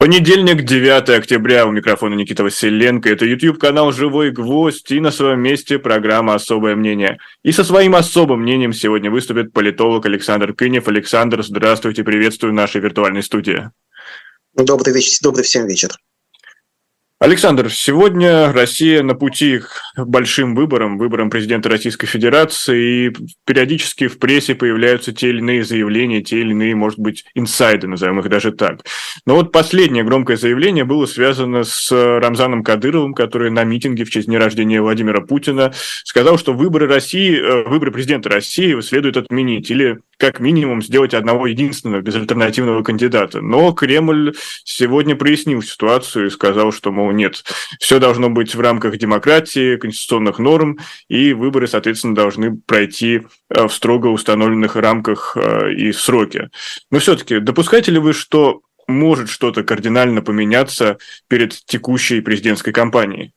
Понедельник, 9 октября, у микрофона Никита Василенко. Это YouTube-канал «Живой гвоздь» и на своем месте программа «Особое мнение». И со своим особым мнением сегодня выступит политолог Александр Кынев. Александр, здравствуйте, приветствую в нашей виртуальной студии. Добрый вечер, добрый всем вечер. Александр, сегодня Россия на пути к большим выборам президента Российской Федерации, и периодически в прессе появляются те или иные заявления, те или иные, может быть, инсайды, назовем их даже так. Но вот последнее громкое заявление было связано с Рамзаном Кадыровым, который на митинге в честь дня рождения Владимира Путина сказал, что выборы президента России следует отменить или как минимум сделать одного единственного безальтернативного кандидата. Но Кремль сегодня прояснил ситуацию и сказал, что, мол, нет, все должно быть в рамках демократии, конституционных норм, и выборы, соответственно, должны пройти в строго установленных рамках и сроки. Но все-таки допускаете ли вы, что может что-то кардинально поменяться перед текущей президентской кампанией?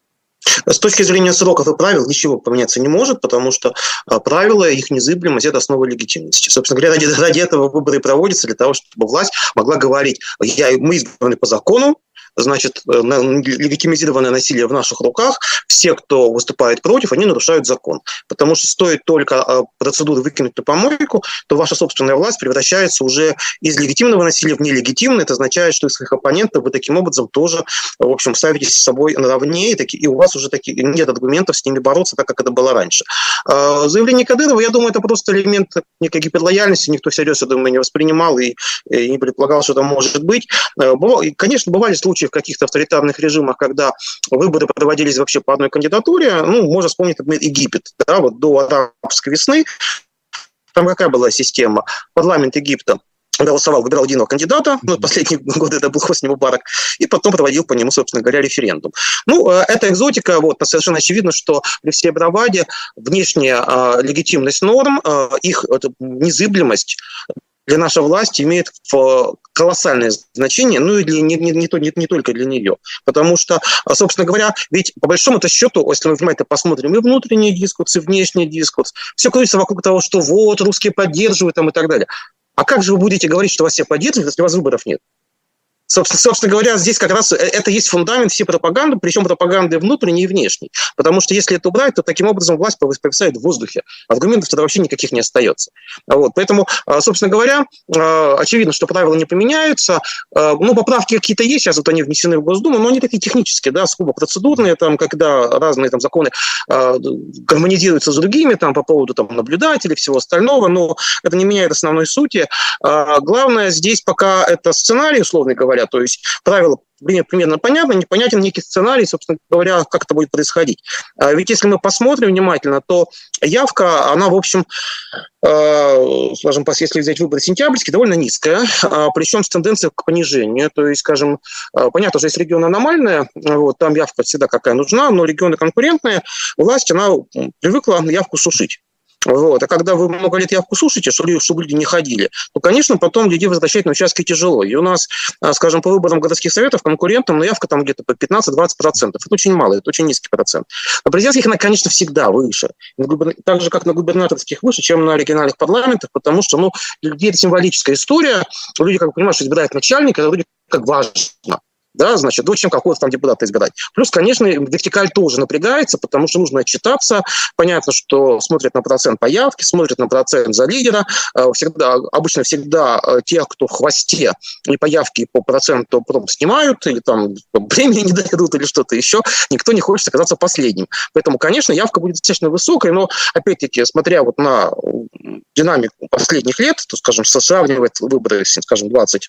С точки зрения сроков и правил ничего поменяться не может, потому что правила, их незыблемость – это основа легитимности. Собственно говоря, ради этого выборы проводятся, для того, чтобы власть могла говорить: мы избраны по закону, значит, легитимизированное насилие в наших руках, все, кто выступает против, они нарушают закон. Потому что стоит только процедуру выкинуть на помойку, то ваша собственная власть превращается уже из легитимного насилия в нелегитимное. Это означает, что из своих оппонентов вы таким образом тоже, в общем, ставитесь с собой наравне, и у вас уже нет аргументов с ними бороться, так как это было раньше. Заявление Кадырова, я думаю, это просто элемент некой гиперлояльности, никто всерьез, я думаю, не воспринимал и не предполагал, что это может быть. Конечно, бывали случаи в каких-то авторитарных режимах, когда выборы проводились вообще по одной кандидатуре. Можно вспомнить, например, Египет. Да, вот до арабской весны там какая была система? Парламент Египта выбирал единого кандидата, последние годы это был Хосни Мубарак, и потом проводил по нему, собственно говоря, референдум. Это экзотика, совершенно очевидно, что при всей браваде внешняя легитимность норм, их незыблемость для нашей власти имеет колоссальное значение, и не только для нее. Потому что, собственно говоря, ведь по большому-то счету, если мы внимательно посмотрим и внутренний дискурс, и внешний дискурс, все крутится вокруг того, что русские поддерживают и так далее. А как же вы будете говорить, что вас все поддерживают, если у вас выборов нет? Собственно говоря, здесь как раз это есть фундамент всей пропаганды, причем пропаганды внутренней и внешней. Потому что если это убрать, то таким образом власть повисает в воздухе. Аргументов тогда вообще никаких не остается. Поэтому, собственно говоря, очевидно, что правила не поменяются. Поправки какие-то есть, сейчас они внесены в Госдуму, но они такие технические, сугубо процедурные, когда разные законы гармонизируются с другими по поводу наблюдателей и всего остального, но это не меняет основной сути. Главное здесь пока это сценарий, условно говоря, то есть правила примерно понятны, непонятен некий сценарий, собственно говоря, как это будет происходить. Ведь если мы посмотрим внимательно, то явка, она, в общем, скажем, если взять выборы сентябрьские, довольно низкая, причем с тенденцией к понижению. То есть, скажем, понятно, что есть регионы аномальные, там явка всегда какая нужна, но регионы конкурентные, власть, она привыкла явку сушить. А когда вы много лет явку сушите, чтобы люди не ходили, то, конечно, потом людей возвращать на участки тяжело. И у нас, скажем, по выборам городских советов конкурентам, явка там где-то по 15-20%. Это очень мало, это очень низкий процент. На президентских она, конечно, всегда выше. Так же, как на губернаторских выше, чем на региональных парламентах, потому что, для людей это символическая история. Люди, понимают, что избирают начальника, это вроде как важно. Значит, чем какого-то там депутата избирать. Плюс, конечно, вертикаль тоже напрягается, потому что нужно отчитаться. Понятно, что смотрят на процент по явке, смотрят на процент за лидера. Обычно всегда тех, кто в хвосте и по явке, и по проценту потом снимают, или премии не дадут, или что-то еще. Никто не хочет оказаться последним. Поэтому, конечно, явка будет достаточно высокой, но, опять-таки, смотря на динамику последних лет, то, скажем, сравнивать выборы, скажем,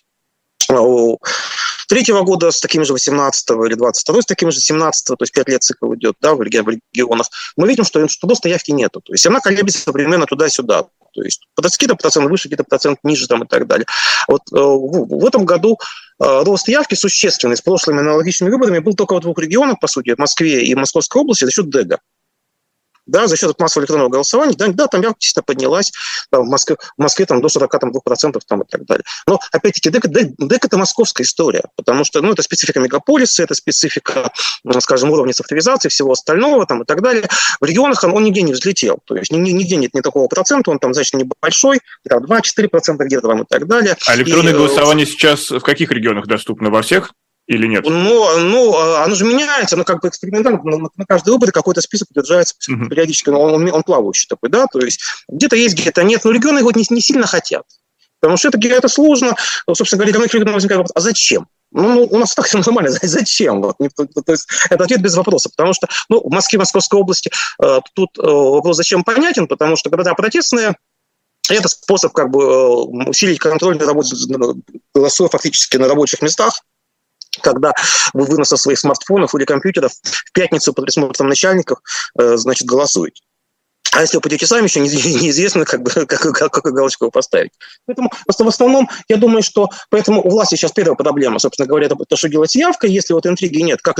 23-го года с такими же 18-го или 22-го с такими же 17-го, то есть 5 лет цикл идет, в регионах, мы видим, что просто явки нету. То есть она колеблется примерно туда-сюда. То есть какие-то процент выше, какие-то процент ниже и так далее. В этом году рост явки существенный с прошлыми аналогичными выборами был только в 2 регионах, по сути, в Москве и Московской области за счет ДЭГа. да, за счет массового электронного голосования, да, там явка действительно поднялась, там, в Москве там, до 42% там, и так далее. Но, опять-таки, ДЭК это московская история, потому что, это специфика мегаполиса, это специфика, скажем, уровня цифровизации, всего остального там, и так далее. В регионах он нигде не взлетел, то есть нигде нет ни такого процента, он там, значит, небольшой, там 2-4% где-то там и так далее. А электронное голосование сейчас в каких регионах доступно? Во всех? Или нет? Оно же меняется, как бы экспериментально, на каждый выбор какой-то список подтверждается периодически, но он плавающий такой, да, то есть где-то есть, где-то нет, но регионы его не сильно хотят, потому что это сложно, собственно говоря, для многих регионов возникает вопрос, а зачем? У нас так все нормально, зачем? То есть это ответ без вопроса, потому что в Москве, Московской области тут вопрос зачем понятен, потому что когда протестные, это способ как бы усилить контроль на работе голосов фактически на рабочих местах, когда вы выноса своих смартфонов или компьютеров в пятницу под присмотром начальников, значит, голосуете. А если вы пойдете сами, еще неизвестно, какую галочку поставить. Поэтому в основном, я думаю, что поэтому у власти сейчас первая проблема, собственно говоря, это что делать с явкой, если вот интриги нет, как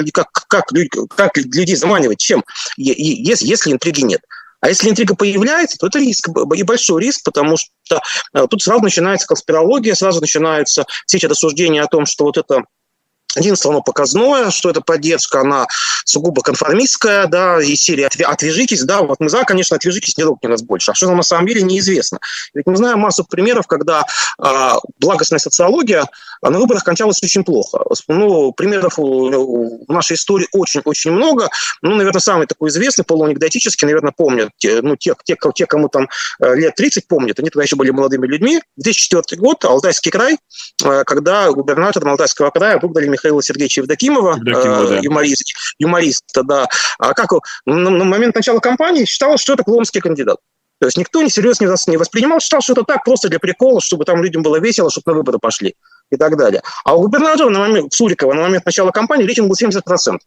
людей заманивать, чем, если интриги нет. А если интрига появляется, то это риск, и большой риск, потому что тут сразу начинается конспирология, сразу начинаются все эти рассуждения о том, что вот это единственное, оно показное, что эта поддержка, она сугубо конформистская, да, из серии «отвяжитесь», да, вот мы за, конечно, «отвяжитесь, не ругайте нас больше», а что нам на самом деле неизвестно. Ведь мы знаем массу примеров, когда благостная социология на выборах кончалась очень плохо. Примеров в нашей истории очень-очень много. Наверное, самый такой известный, полуанекдотический, наверное, помнят, те, кому там лет 30 помнят, они тогда еще были молодыми людьми. 2004 год, Алтайский край, когда губернатором Алтайского края выбрали Михаила Сергеевича Евдокимова, да. Юмориста, да. А как на момент начала кампании считалось, что это клоунский кандидат. То есть никто серьезно не воспринимал, считал, что это так просто для прикола, чтобы там людям было весело, чтобы на выборы пошли и так далее. А у губернатора Сурикова на момент начала кампании рейтинг был 70%.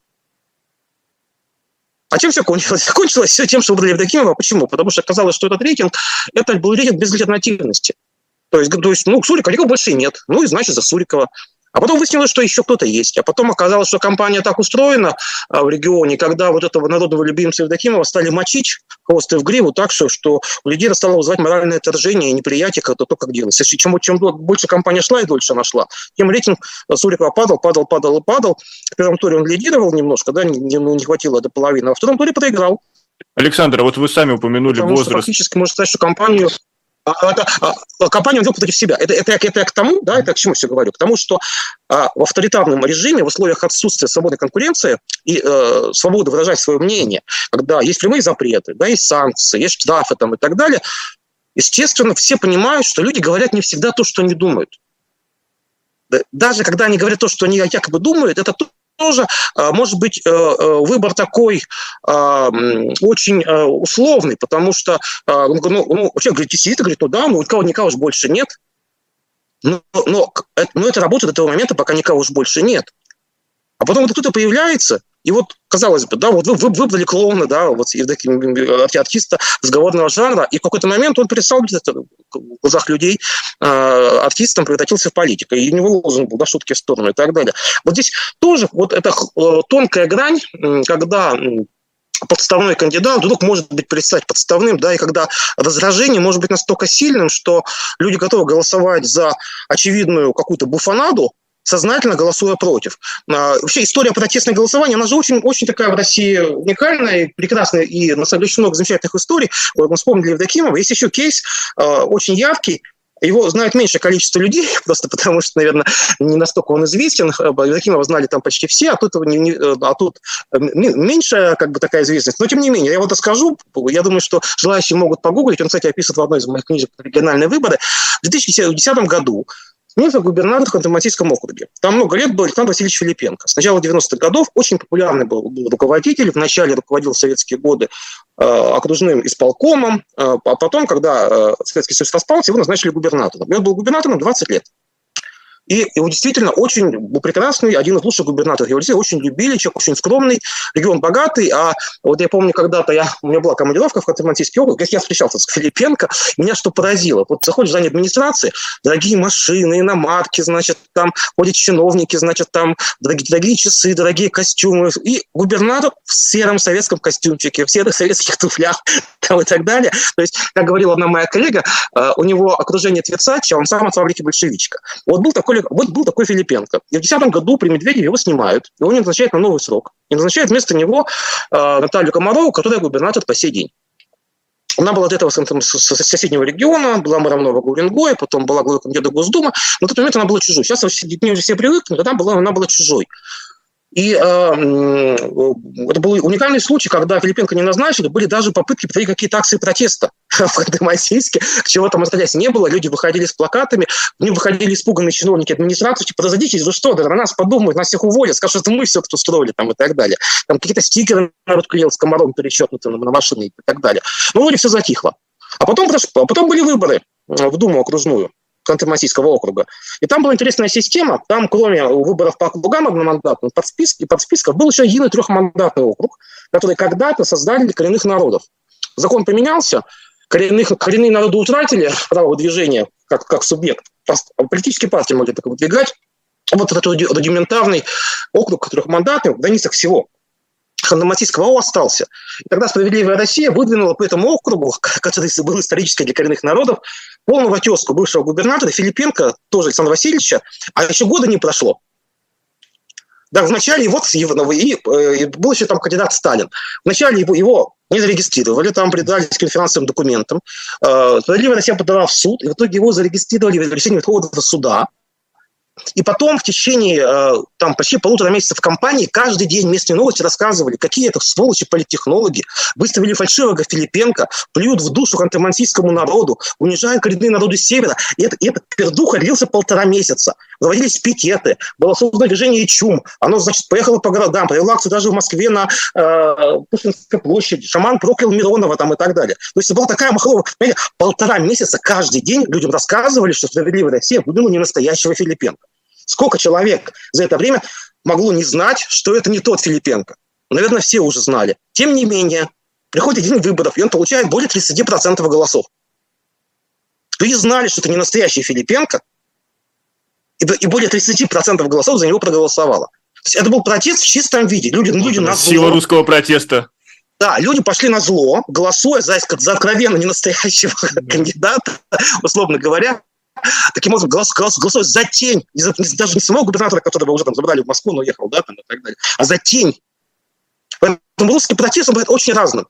А чем все кончилось? Кончилось все тем, что выбрали Евдокимова. Почему? Потому что оказалось, что этот рейтинг, это был рейтинг без альтернативности. То есть Сурикова никого больше нет. И значит за Сурикова. А потом выяснилось, что еще кто-то есть. А потом оказалось, что компания так устроена в регионе, когда вот этого народного любимца Евдокимова стали мочить хвост и в гриву так, что у людей стало вызывать моральное отторжение и неприятие то, как делать. Чем больше компания шла и дольше она шла, тем рейтинг Сурикова падал. В первом туре он лидировал немножко, да, не хватило до половины, а во втором туре проиграл. Александр, вот вы сами упомянули Потому возраст. Что фактически можно сказать, что компанию он вел против себя. Это я к тому, да, это к чему все говорю? К тому, что в авторитарном режиме, в условиях отсутствия свободной конкуренции и свободы выражать свое мнение, когда есть прямые запреты, да, есть санкции, есть штрафы там, и так далее, естественно, все понимают, что люди говорят не всегда то, что они думают. Даже когда они говорят то, что они якобы думают, это тоже может быть выбор такой очень условный, потому что человек говорит, сидит и говорит, никого же больше нет. Но это работает до того момента, пока никого же больше нет. А потом вот кто-то появляется, и вот, казалось бы, да, вот вы выбрали клоуна, да, вот артиста разговорного жанра, и в какой-то момент он перестал быть в глазах людей артистом, превратился в политика, и у него лозунг был, да, шутки в сторону и так далее. Вот здесь тоже вот эта тонкая грань, когда подставной кандидат вдруг может быть предстать подставным, да, и когда раздражение может быть настолько сильным, что люди готовы голосовать за очевидную какую-то буфонаду, сознательно голосуя против. Вообще история протестного голосования, она же очень такая в России уникальная, прекрасная, и на самом деле очень много замечательных историй. Вот мы вспомнили Евдокимова. Есть еще кейс очень яркий. Его знает меньшее количество людей, просто потому что, наверное, не настолько он известен. Евдокимова знали там почти все, а тут меньшая такая известность. Но, тем не менее, я вот расскажу. Я думаю, что желающие могут погуглить. Он, кстати, описывает в одной из моих книжек «Региональные выборы». В 2010 году сменился губернатор в Ханты-Мансийском округе. Там много лет был Александр Васильевич Филипенко. С начала 90-х годов очень популярный был руководитель. Вначале руководил в советские годы окружным исполкомом, а потом, когда Советский Союз распался, его назначили губернатором. И он был губернатором 20 лет. И его действительно очень прекрасный, один из лучших губернаторов России, очень любили, человек очень скромный, регион богатый. А вот я помню, когда-то у меня была командировка в Ханты-Мансийский округ, я встречался с Филипенко, меня что поразило. Вот заходишь в здание администрации, дорогие машины, иномарки, значит, там ходят чиновники, значит, там дорогие часы, дорогие костюмы. И губернатор в сером советском костюмчике, в серых советских туфлях там, и так далее. То есть, как говорила одна моя коллега, у него окружение Тверцача, он сам от фабрики большевичка. Вот был такой Филипенко. И в 2010 году при Медведеве его снимают, его не назначают на новый срок. И назначают вместо него Наталью Комарову, которая губернатор по сей день. Она была до этого с соседнего региона, была мэром Нового Уренгоя, потом была главой комитета Госдумы. На тот момент она была чужой. Сейчас уже все привыкли, но тогда она была чужой. И это был уникальный случай, когда Филипенко не назначили, были даже попытки провести какие-то акции протеста в Ханты-Мансийске, к чего там отродясь не было, люди выходили с плакатами, к ним выходили испуганные чиновники администрации, типа, разойдитесь, вы что, на нас подумают, нас всех уволят, скажут, что мы все это устроили, там, и так далее. Там какие-то стикеры народ клеил с комаром перечеркнутым на машины и так далее. Но вроде все затихло. А потом были выборы в Думу окружную Ханты-Мансийского округа. И там была интересная система. Там, кроме выборов по округам одномандатных, подсписков, был еще единый трехмандатный округ, который когда-то создали для коренных народов. Закон поменялся, коренные народы утратили право движения как субъект. Политические партии могли так выдвигать. Вот этот рудиментарный округ трехмандатный в границах всего Ханты-Мансийского ООО остался. И тогда «Справедливая Россия» выдвинула по этому округу, который был исторически для коренных народов, полного тезку бывшего губернатора Филипенко, тоже Александра Васильевича, а еще года не прошло. Да, вначале был еще там кандидат Сталин. Вначале его не зарегистрировали, там придали к финансовым документам. «Справедливая Россия» подала в суд, и в итоге его зарегистрировали в решении Верховного суда. И потом в течение почти 1,5 месяца в кампании каждый день местные новости рассказывали, какие это сволочи политтехнологи выставили фальшивого Филипенко, плюют в душу ханты-мансийскому народу, унижают коренные народы Севера. И этот пердуха длился 1,5 месяца. Заводились пикеты, было создано движение ЧУМ. Оно, значит, поехало по городам, провело акцию даже в Москве на Пушкинской площади. Шаман проклял Миронова там и так далее. То есть была такая махлова. 1,5 месяца каждый день людям рассказывали, что «Справедливая Россия» выдвинула не настоящего Филипенко. Сколько человек за это время могло не знать, что это не тот Филипенко? Наверное, все уже знали. Тем не менее, приходит день выборов, и он получает более 30% голосов. Люди знали, что это не настоящий Филипенко, и более 30% голосов за него проголосовало. То есть это был протест в чистом виде. Люди на зло. Сила русского протеста. Да, люди пошли на зло, голосуя за откровенно ненастоящего кандидата, условно говоря. Таким образом, голосуют за тень, даже не самого губернатора, которого уже там забрали в Москву, но уехал, да, там, и так далее, а за тень. Поэтому русский протест бывает очень разным.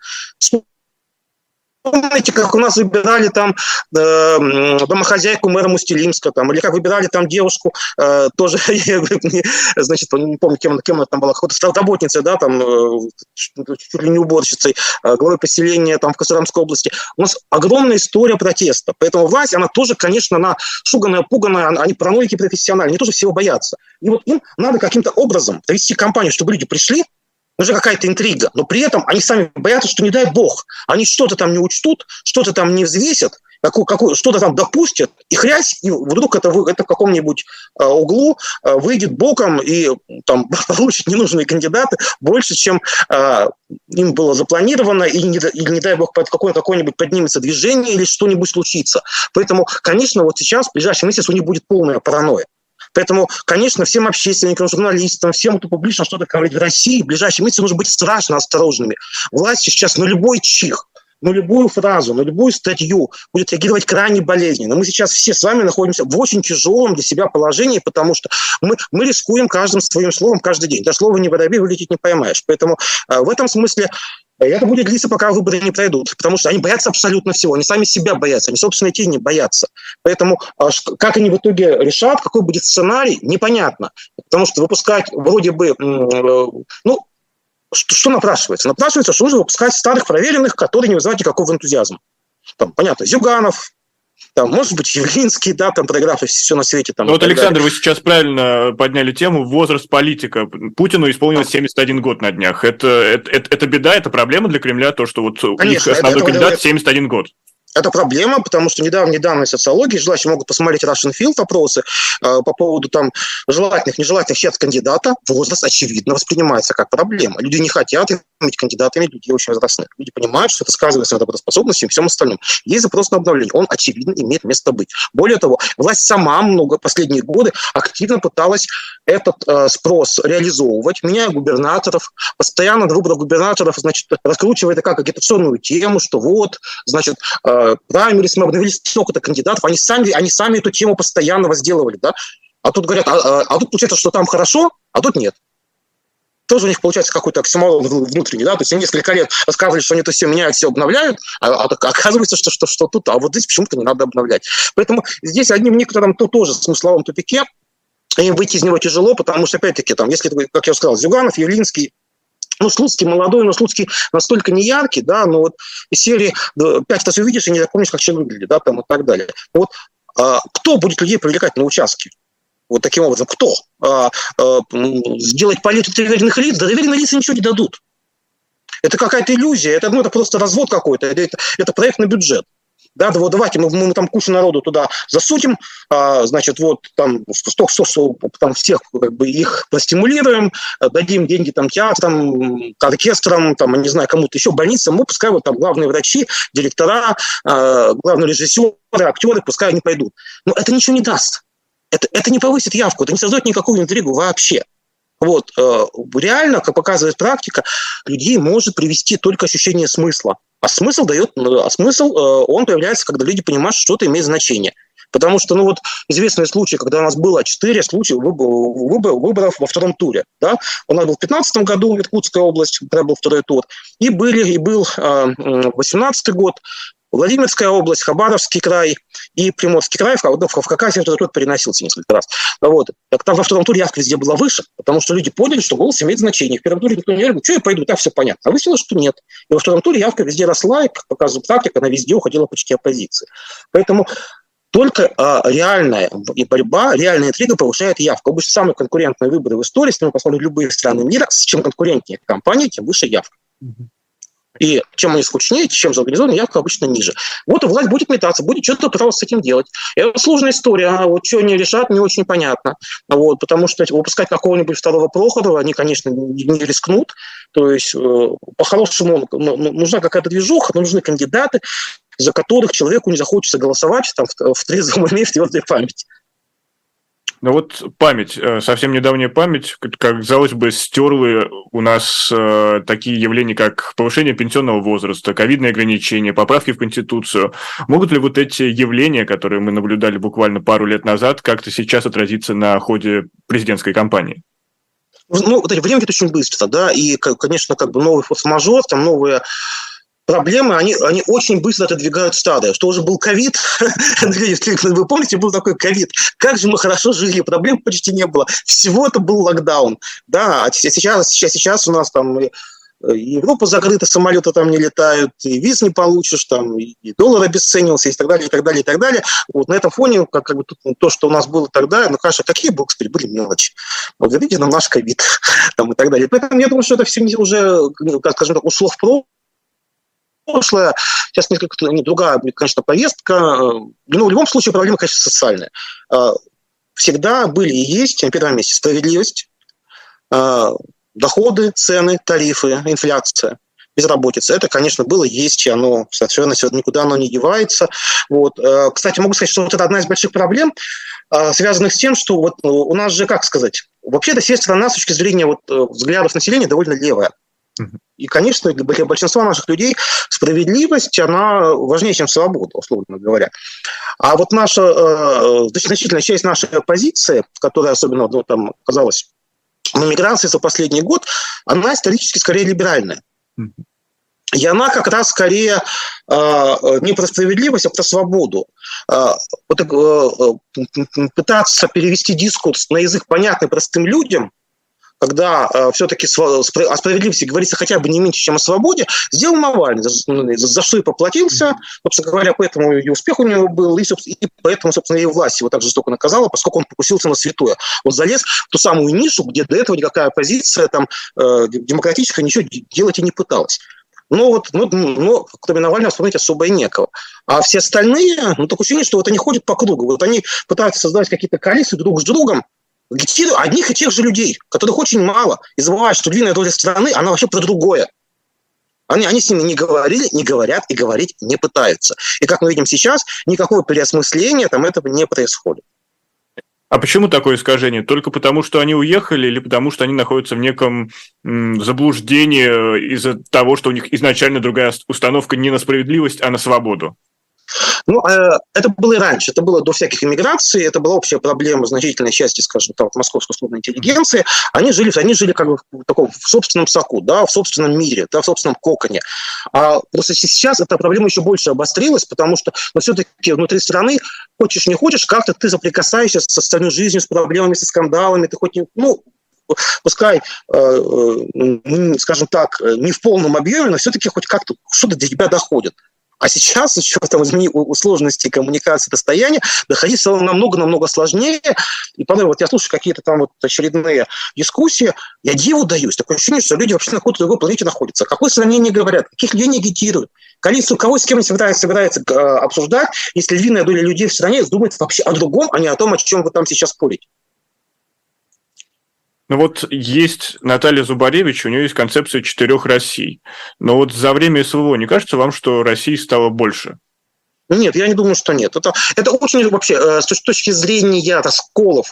Помните, как у нас выбирали там домохозяйку мэра Мустилимска, там, или как выбирали там девушку, тоже, значит, не помню, кем она там была, какой-то работницей, да, там, чуть ли не уборщицей, главой поселения там в Костромской области. У нас огромная история протеста. Поэтому власть, она тоже, конечно, она шуганная, пуганная, они параноики профессиональные, они тоже всего боятся. И вот им надо каким-то образом провести кампанию, чтобы люди пришли, нужна какая-то интрига, но при этом они сами боятся, что не дай бог, они что-то там не учтут, что-то там не взвесят, что-то там допустят, и хрясь, и вдруг это в каком-нибудь углу выйдет боком, и там получат ненужные кандидаты больше, чем им было запланировано, и не дай бог какое-нибудь поднимется движение или что-нибудь случится. Поэтому, конечно, вот сейчас, в ближайший месяц у них будет полная паранойя. Поэтому, конечно, всем общественникам, журналистам, всем, кто публично что-то говорит в России, в ближайшие месяцы нужно быть страшно осторожными. Власть сейчас на любой чих, на любую фразу, на любую статью будет реагировать крайне болезненно. Мы сейчас все с вами находимся в очень тяжелом для себя положении, потому что мы рискуем каждым своим словом каждый день. Да, слово не воробей, вылететь не поймаешь. Поэтому в этом смысле это будет длиться, пока выборы не пройдут, потому что они боятся абсолютно всего, они сами себя боятся, они собственной тени боятся. Поэтому как они в итоге решат, какой будет сценарий, непонятно. Потому что выпускать вроде бы, что напрашивается? Напрашивается, что нужно выпускать старых проверенных, которые не вызывают никакого энтузиазма. Там, понятно, Зюганов, там, может быть, Явлинский, да, там, проигравший все на свете. Там, вот, Александр, вы сейчас правильно подняли тему возраст политика. Путину исполнилось 71 год на днях. Это беда, это проблема для Кремля, то, что вот их основной кандидат 71 год. Это проблема, потому что недавние данные социологии, желающие могут посмотреть Russian Field опросы по поводу там желательных, нежелательных черт кандидата. Возраст, очевидно, воспринимается как проблема. Люди не хотят быть кандидатами людей очень возрастных. Люди понимают, что это сказывается на работоспособности и всем остальном. Есть запрос на обновление. Он, очевидно, имеет место быть. Более того, власть сама последние годы активно пыталась этот спрос реализовывать, меняя губернаторов, постоянно до выборов губернаторов, значит, раскручивая это как агитационную тему, что вот, значит, праймерис, мы обновили столько-то кандидатов, они сами эту тему постоянно возделывали, да? А тут говорят, а тут получается, что там хорошо, а тут нет. Тоже у них получается какой-то оксиморон внутренний, да, то есть они несколько лет рассказывали, что они это все меняют, все обновляют, а оказывается, что тут, а вот здесь почему-то не надо обновлять. Поэтому здесь одним некоторым тоже смысловом тупике, им выйти из него тяжело, потому что, опять-таки, там, если, как я уже сказал, Зюганов, Явлинский, Слуцкий молодой, но Слуцкий настолько неяркий, да, но вот из серии 5 раз увидишь и не запомнишь, как человек выглядит, да, там и так далее. Вот кто будет людей привлекать на участки? Вот таким образом, кто? Сделать палитру доверенных лиц? Да доверенные лица ничего не дадут. Это какая-то иллюзия, это просто развод какой-то, это проект на бюджет. Да, вот давайте мы там кучу народу туда засудим, значит, вот там всех как бы их простимулируем, дадим деньги там театрам, оркестрам, там, не знаю, кому-то еще, больницам, мы пускай вот там главные врачи, директора, главные режиссеры, актеры, пускай они пойдут. Но это ничего не даст. Это не повысит явку, это не создает никакую интригу вообще. Вот, реально, как показывает практика, людей может привести только ощущение смысла. А смысл он появляется, когда люди понимают, что это имеет значение. Потому что, вот известные случаи, когда у нас было 4 случая выборов во втором туре. Да? У нас был в 2015 году Иркутская область, когда был второй тур, и был 2018 год, Владимирская область, Хабаровский край и Приморский край, в Хакасии второй тур переносился несколько раз. Вот. Так там во втором туре явка везде была выше, потому что люди поняли, что голос имеет значение. В первом туре никто не говорил, что я пойду, так все понятно. А выяснилось, что нет. И во втором туре явка везде росла, и, как показывает практика, она везде уходила почти оппозиции. Поэтому только реальная борьба, реальная интрига повышает явку. Обычно самые конкурентные выборы в истории, если мы посмотрим любые страны мира, чем конкурентнее компания, тем выше явка. И чем они скучнее, чем заорганизованы, явка обычно ниже. Вот и власть будет метаться, будет что-то пытаться с этим делать. Это сложная история. Вот что они решат, не очень понятно. Вот, потому что выпускать какого-нибудь второго Прохорова они, конечно, не рискнут. То есть, по-хорошему, нужна какая-то движуха, нужны кандидаты, за которых человеку не захочется голосовать там, в трезвом уме, в твердой памяти. Ну вот память, совсем недавняя память, как казалось бы, стерла у нас такие явления, как повышение пенсионного возраста, ковидные ограничения, поправки в Конституцию. Могут ли вот эти явления, которые мы наблюдали буквально пару лет назад, как-то сейчас отразиться на ходе президентской кампании? Вот эти время идет очень быстро, да, и, конечно, новый форс-мажор, там новые проблемы, они очень быстро отодвигают старые. Что уже был ковид, вы помните, был такой ковид. Как же мы хорошо жили, проблем почти не было. Всего это был локдаун. Да, а сейчас у нас там Европа закрыта, самолеты там не летают, и виз не получишь, там, и доллар обесценился, и так далее, и так далее, и так далее. Вот на этом фоне, то, что у нас было тогда, конечно, какие бы, кстати, были мелочи. Вот видите, нам наш ковид, там, и так далее. Поэтому я думаю, что это все уже, скажем так, ушло в прошлое. Сейчас несколько другая, конечно, повестка. Но в любом случае проблема, конечно, социальная. Всегда были и есть на первом месте справедливость, доходы, цены, тарифы, инфляция, безработица. Это, конечно, было, есть, и оно совершенно никуда оно не девается. Вот. Кстати, могу сказать, что вот это одна из больших проблем, связанных с тем, что вот у нас же, как сказать, вообще-то вся страна с точки зрения взглядов населения довольно левая. И, конечно, для большинства наших людей справедливость, она важнее, чем свобода, условно говоря. А вот наша, значительная часть нашей оппозиции, которая особенно там оказалась на миграции за последний год, она исторически скорее либеральная. И она как раз скорее не про справедливость, а про свободу. Пытаться перевести дискурс на язык, понятный простым людям, когда все-таки о справедливости говорится хотя бы не меньше, чем о свободе, сделал Навальный, за что и поплатился, собственно говоря, поэтому и успех у него был, и поэтому, собственно, и власть его так жестоко наказала, поскольку он покусился на святое. Он залез в ту самую нишу, где до этого никакая оппозиция там, демократическая ничего делать и не пыталась. кроме Навального вспомнить особо и некого. А все остальные, такое ощущение, что вот они ходят по кругу. Вот они пытаются создавать какие-то коалиции друг с другом, агитируя одних и тех же людей, которых очень мало, и забывают, что длинная доля страны, она вообще про другое. Они с ними не говорили, не говорят и говорить не пытаются. И как мы видим сейчас, никакого переосмысления там этого не происходит. А почему такое искажение? Только потому, что они уехали, или потому, что они находятся в неком заблуждении из-за того, что у них изначально другая установка не на справедливость, а на свободу? Это было и раньше, это было до всяких иммиграций, это была общая проблема значительной части, скажем так, московской условной интеллигенции. Они жили как бы в собственном соку, да, в собственном мире, да, в собственном коконе. А просто сейчас эта проблема еще больше обострилась, потому что все-таки внутри страны, хочешь не хочешь, как-то ты соприкасаешься с остальной жизнью, с проблемами, со скандалами, ты хоть не... пускай, скажем так, не в полном объеме, но все-таки хоть как-то что-то до тебя доходит. А сейчас, с учетом сложности коммуникации, расстояния, доходить стало намного-намного сложнее. И порой я слушаю какие-то там очередные дискуссии, я диву даюсь. Такое ощущение, что люди вообще на какой-то другой планете находятся. О какой стране не говорят, каких людей не агитируют. Коалицию кого с кем не собирается обсуждать, если львиная доля людей в стране думает вообще о другом, а не о том, о чем вы там сейчас спорите. Есть Наталья Зубаревич, у нее есть концепция 4 Россий. Но за время СВО не кажется вам, что России стало больше? Нет, я не думаю, что нет. Это очень вообще, с точки зрения расколов,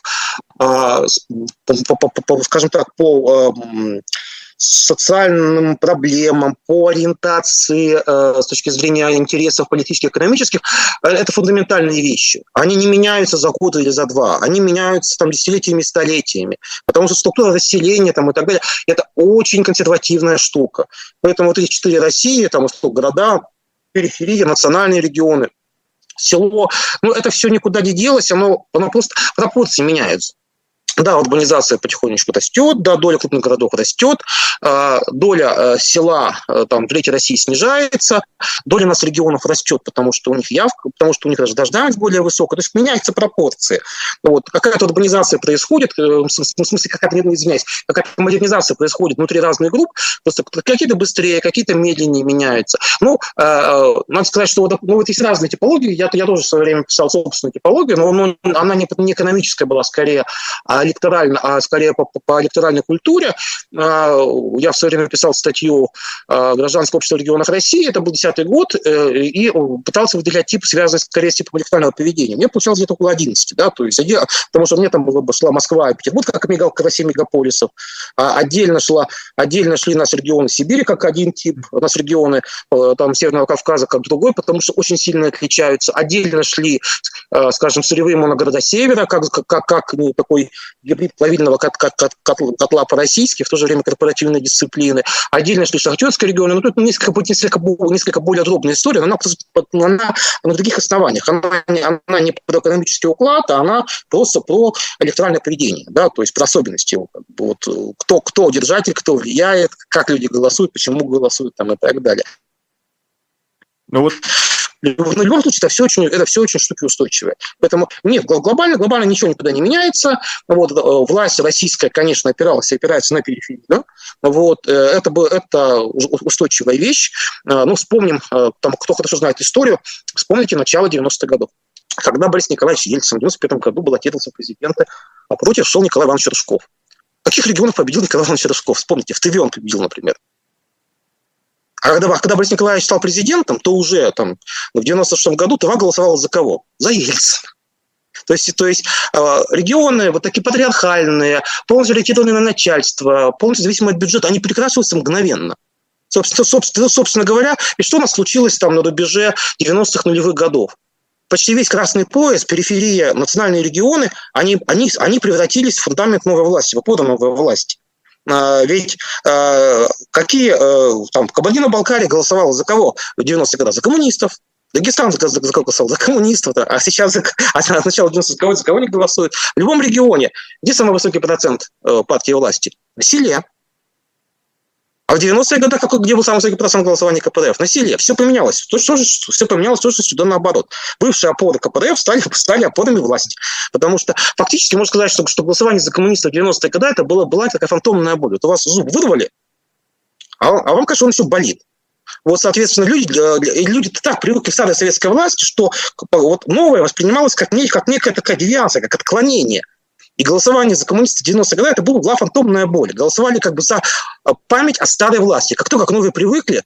скажем так, по социальным проблемам, по ориентации с точки зрения интересов политических, экономических, это фундаментальные вещи. Они не меняются за год или за два, они меняются десятилетиями и столетиями, потому что структура расселения и так далее, это очень консервативная штука. Поэтому эти 4 России, города, периферия, национальные регионы, село, это все никуда не делось, оно просто пропорции меняются. Да, урбанизация потихонечку растет, да, доля крупных городов растет, доля села, третьей России снижается, доля нас регионов растет, потому что у них явка, потому что у них даже рождаемость более высокая, то есть меняются пропорции. Какая-то урбанизация происходит, в смысле, какая-то модернизация происходит внутри разных групп, просто какие-то быстрее, какие-то медленнее меняются. Надо сказать, что есть разные типологии, я тоже в свое время писал собственную типологию, но она не экономическая была, скорее электорально, а скорее по электоральной культуре. Я в свое время писал статью «Гражданское общество в регионах России», это был 2010 год, и пытался выделять типы, связанные скорее с типом электорального поведения. Мне получалось где-то около 11, да, то есть, потому что мне там шла Москва и Петербург, как 7 мегаполисов, отдельно шли наши регионы Сибири, как один тип, у нас регионы Северного Кавказа, как другой, потому что очень сильно отличаются. Отдельно шли, скажем, сырьевые моногорода Севера, как такой гибрид плавильного котла по-российски, в то же время корпоративной дисциплины. Отдельно шли шахтерские регионы, но тут несколько более дробная история, но она на других основаниях. Она не про экономический уклад, а она просто про электоральное поведение, да, то есть про особенности его. Кто держатель, кто влияет, как люди голосуют, почему голосуют и так далее. В любом случае, это все очень штуки устойчивые. Поэтому нет, глобально ничего никуда не меняется. Власть российская, конечно, опирается на периферию. Да? Это устойчивая вещь. Вспомним, кто хорошо знает историю, вспомните начало 90-х годов. Когда Борис Николаевич Ельцин в 1995 году баллотировался в президенты, а против шел Николай Иванович Рыжков. В каких регионах победил Николай Иванович Рыжков? Вспомните, в Тыве он победил, например. А когда Борис Николаевич стал президентом, то уже в 96-м году Тыва голосовала за кого? За Ельцина. То есть регионы такие патриархальные, полностью ориентированные на начальство, полностью зависимые от бюджета, они перекрашиваются мгновенно. Собственно говоря, и что у нас случилось на рубеже 90-х нулевых годов? Почти весь красный пояс, периферия, национальные регионы, они превратились в фундамент новой власти, в опору новой власти. Ведь Кабардино-Балкария голосовала за кого в 90-е годы? За коммунистов. Дагестан за кого голосовал? За коммунистов. А сейчас с начала 90-х за кого не голосуют? В любом регионе. Где самый высокий процент партии власти? На селе. А в 90-е годы где был самый высокий процент голосования КПРФ? На селе. Все поменялось. Все поменялось тоже сюда наоборот. Бывшие опоры КПРФ стали опорами власти. Потому что фактически можно сказать, что голосование за коммунистов в 90-е годы это была такая фантомная боль. У вас зуб вырвали, а вам, конечно, он еще болит. Вот, соответственно, люди так привыкли к старой советской власти, что вот новое воспринималось как некая такая девиация, как отклонение. И голосование за коммунистов в 90-е годы это была фантомная боль. Голосовали как бы за память о старой власти. Как только к новой привыкли,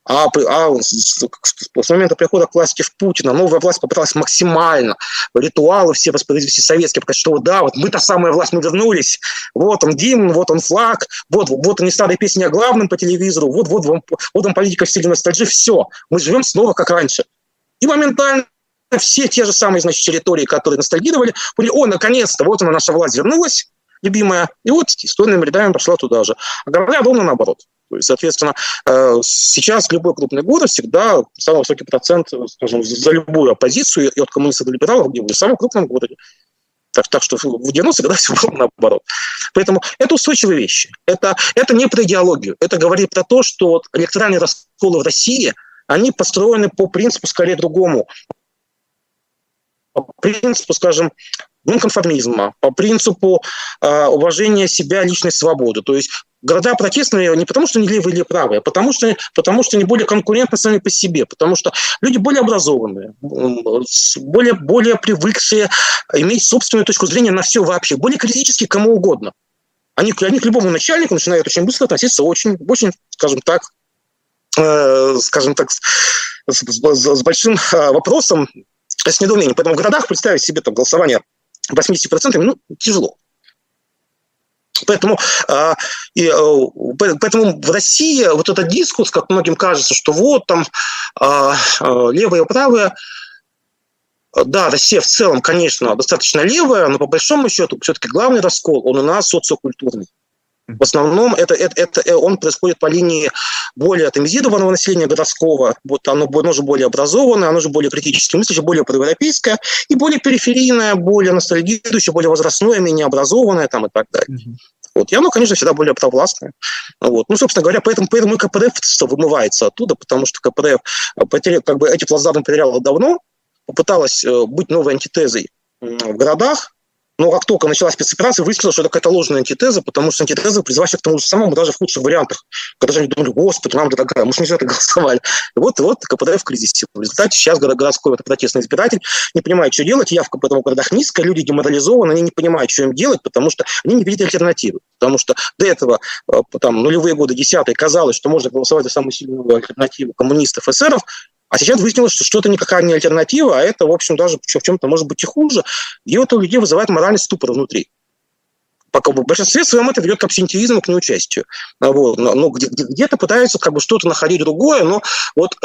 с момента прихода к власти в Путина новая власть попыталась максимально ритуалы все воспроизвести советские, потому что да, вот мы та самая власть, мы вернулись, вот он гимн, вот он флаг, вот они старые песни о главном по телевизору, вот вам политика в стиле ностальжи, все, мы живем снова как раньше. И моментально все те же самые, значит, территории, которые ностальгировали, поняли, наконец-то, вот она, наша власть вернулась, любимая, и вот историями рядами пошла туда же. А говоря ровно наоборот. То есть, соответственно, сейчас любой крупный город всегда самый высокий процент, скажем, за любую оппозицию, и от коммунистов до либералов, где были в самом крупном городе. Так что в 90-е годы все было наоборот. Поэтому это устойчивые вещи. Это не про идеологию. Это говорит про то, что вот электоральные расколы в России, они построены по принципу скорее другому. По принципу, скажем, нонконформизма, по принципу уважения себя, личной свободы. То есть города протестные не потому, что они левые или правые, а потому что они более конкурентны сами по себе, потому что люди более образованные, более привыкшие иметь собственную точку зрения на все вообще, более критические к кому угодно. Они к любому начальнику начинают очень быстро относиться очень, скажем так, с большим вопросом, с недоумением. Поэтому в городах представить себе там голосование 80% тяжело. Поэтому в России вот этот дискурс, как многим кажется, что вот там левые и правые, да, Россия в целом, конечно, достаточно левая, но по большому счету все-таки главный раскол, он у нас социокультурный. В основном он происходит по линии более атомизированного населения городского, вот оно же более образованное, оно же более критически мыслящее, более проевропейское, и более периферийное, более ностальгирующее, более возрастное, менее образованное там, и так далее. Вот. И оно, конечно, всегда более провластное. Вот. Собственно говоря, поэтому и КПРФ вымывается оттуда, потому что КПРФ эти плацдармы потеряла давно, попыталась быть новой антитезой в городах, но как только началась спецоперация, выяснилось, что это какая-то ложная антитеза, потому что антитеза призывающая к тому же самому, даже в худших вариантах. Когда же они думали, господи, мама дорогая, мы же не за это голосовали. И вот КПРФ в кризисе. В результате сейчас городской протестный избиратель не понимает, что делать, явка поэтому в городах низкая, люди деморализованы, они не понимают, что им делать, потому что они не видят альтернативы. Потому что до этого, нулевые годы, десятые, казалось, что можно голосовать за самую сильную альтернативу коммунистов, эсеров, а сейчас выяснилось, что это никакая не альтернатива, а это, в общем, даже в чем-то может быть и хуже. И это у людей вызывает моральный ступор внутри. Пока в большинстве своем это ведет к абсентиизму, к неучастию. Вот. Но где-то пытаются что-то находить другое, но вот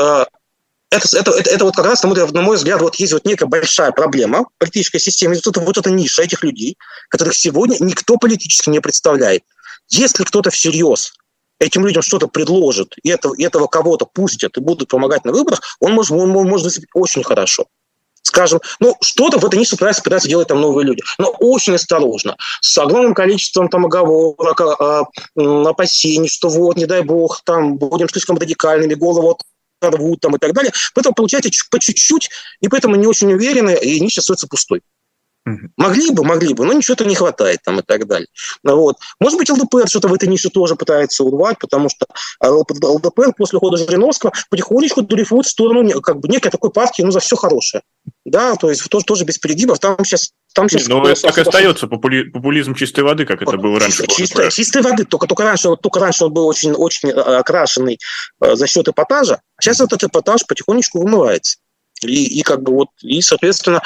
это вот как раз, на мой взгляд, вот есть вот некая большая проблема в политической системе, вот эта ниша этих людей, которых сегодня никто политически не представляет. Если кто-то всерьез этим людям что-то предложит, и этого кого-то пустят и будут помогать на выборах, он может выступить очень хорошо. Скажем, что-то в этой нише пытаются делать там новые люди, но очень осторожно, с огромным количеством там оговорок, опасений, что вот, не дай бог, там будем слишком радикальными, голову оторвут там и так далее. Поэтому получается по чуть-чуть, и поэтому не очень уверены, и ниша остается пустой. Могли бы, но ничего-то не хватает там и так далее. Вот. Может быть, ЛДПР что-то в этой нише тоже пытается урвать, потому что ЛДПР после ухода Жириновского потихонечку дрейфует в сторону некой такой партии, за все хорошее. Да, то есть тоже без перегибов. Там сейчас но это так и остается популизм чистой воды, как это было раньше. Чистой воды, только раньше он был очень, очень окрашенный за счет эпатажа, а сейчас этот эпатаж потихонечку вымывается. И соответственно,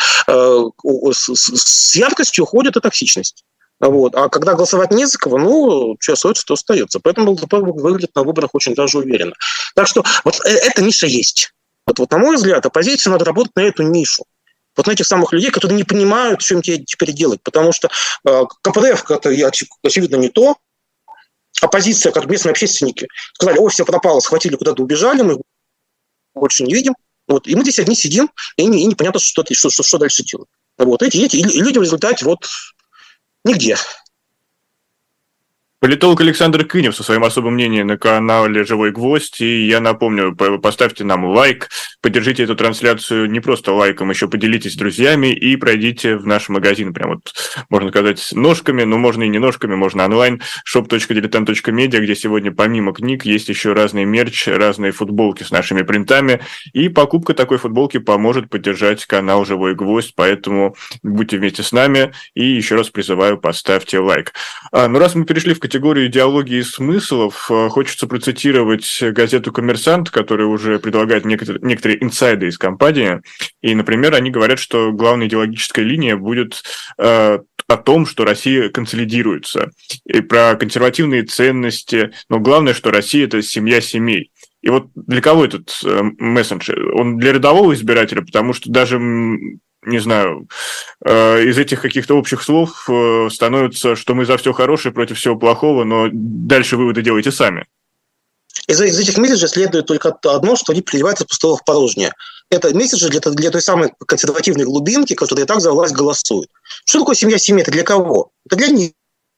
с яркостью уходит и токсичность. Вот. А когда голосовать не за кого, что остается, то остается. Поэтому ЛДПР выглядит на выборах очень даже уверенно. Так что вот эта ниша есть. Вот на мой взгляд, оппозиции надо работать на эту нишу. Вот на этих самых людей, которые не понимают, что им теперь делать. Потому что КПРФ, это, очевидно, не то. Оппозиция, как местные общественники, сказали, все пропало, схватили, куда-то убежали, мы их больше не видим. Вот, и мы здесь одни сидим, и непонятно, что дальше делать. Вот, и люди в результате нигде. Политолог Александр Кынев со своим особым мнением на канале «Живой гвоздь». И я напомню, поставьте нам лайк, поддержите эту трансляцию не просто лайком, еще поделитесь с друзьями и пройдите в наш магазин. Прям вот, можно сказать, ножками, но можно и не ножками, можно онлайн, shop.diletant.media, где сегодня помимо книг есть еще разный мерч, разные футболки с нашими принтами. И покупка такой футболки поможет поддержать канал «Живой гвоздь», поэтому будьте вместе с нами. И еще раз призываю, поставьте лайк. Ну, раз мы перешли в категорию идеологии и смыслов, хочется процитировать газету «Коммерсант», которая уже предлагает некоторые инсайды из компании. И, например, они говорят, что главная идеологическая линия будет о том, что Россия консолидируется, и про консервативные ценности. Но главное, что Россия – это семья семей. И вот для кого этот месседж? Он для рядового избирателя, потому что даже... не знаю, из этих каких-то общих слов становится, что мы за все хорошее против всего плохого, но дальше выводы делайте сами. Из этих месседжей следует только одно, что они переливают из пустого в порожнее. Это месседжи для той самой консервативной глубинки, которая и так за власть голосует. Что такое семья семьи? Это для кого? Это для них.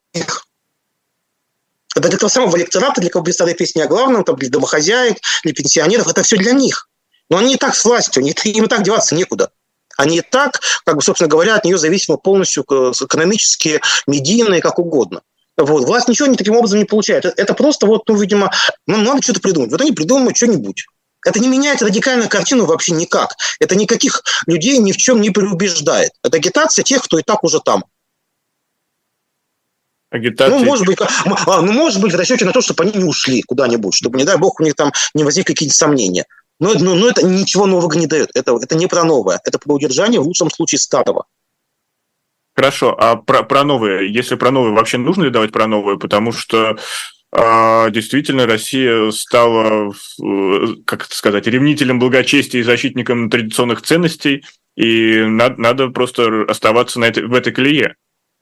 Это для того самого электората, для кого были старые песни о главном, там, для домохозяек, для пенсионеров. Это все для них. Но они и так с властью, им и так деваться некуда. Они и так, как бы, собственно говоря, от нее зависимы полностью экономически, медийно и как угодно. Вот. Власть ничего таким образом не получает. Это просто, видимо, надо что-то придумать. Вот они придумают что-нибудь. Это не меняет радикальную картину вообще никак. Это никаких людей ни в чем не переубеждает. Это агитация тех, кто и так уже там. Агитация... может быть, в расчете на то, чтобы они не ушли куда-нибудь, чтобы, не дай бог, у них там не возникли какие-то сомнения. Но это ничего нового не дает. Это не про новое. Это про удержание, в лучшем случае, старого. Хорошо. А про новое? Если про новое, вообще нужно ли давать про новое? Потому что действительно Россия стала, как это сказать, ревнителем благочестия и защитником традиционных ценностей, и надо просто оставаться в этой колее.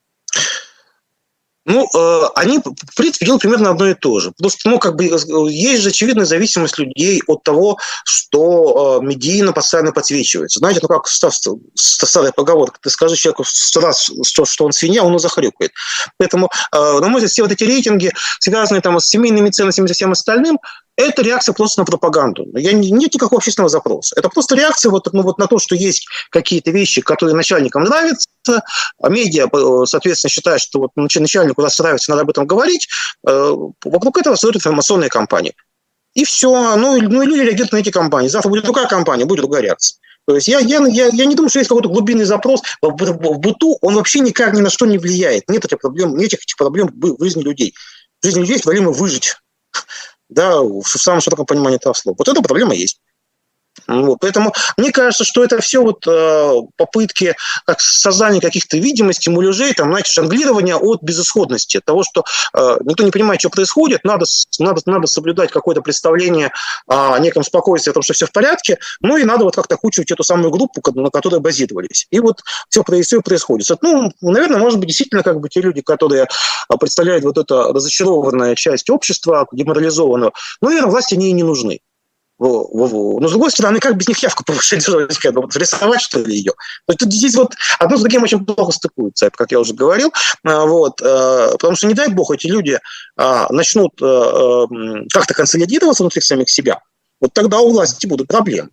Они, в принципе, делают примерно одно и то же. Потому что, есть же очевидная зависимость людей от того, что медийно постоянно подсвечивается. Знаете, как старая поговорка, ты скажи человеку 100 раз, что он свинья, он и захрюкает. Поэтому, на мой взгляд, все вот эти рейтинги, связанные там с семейными ценностями и со всем остальным, это реакция просто на пропаганду. Нет никакого общественного запроса. Это просто реакция на то, что есть какие-то вещи, которые начальникам нравятся, а медиа, соответственно, считают, что начальнику раз нравится, надо об этом говорить. Вокруг этого создают информационные кампании. И все. И люди реагируют на эти кампании. Завтра будет другая кампания, будет другая реакция. То есть я не думаю, что есть какой-то глубинный запрос. В быту он вообще никак ни на что не влияет. Нет этих проблем в жизни людей. В жизни людей есть проблема выжить. Да, в самом широком понимании этого слова. Вот эта проблема есть. Поэтому мне кажется, что это все попытки создания каких-то видимостей, муляжей, жонглирования от безысходности, от того, что никто не понимает, что происходит, надо соблюдать какое-то представление о неком спокойствии, о том, что все в порядке, и надо как-то кучивать эту самую группу, на которой базировались. И все происходит. Наверное, может быть, действительно, те люди, которые представляют эту разочарованную часть общества, деморализованную, наверное, власти они и не нужны. Но, с другой стороны, как без них явку повышать, рисовать, что ли, ее? Здесь одно с другим очень плохо стыкуется, как я уже говорил. Потому что, не дай бог, эти люди начнут как-то консолидироваться внутри самих себя, тогда у власти будут проблемы.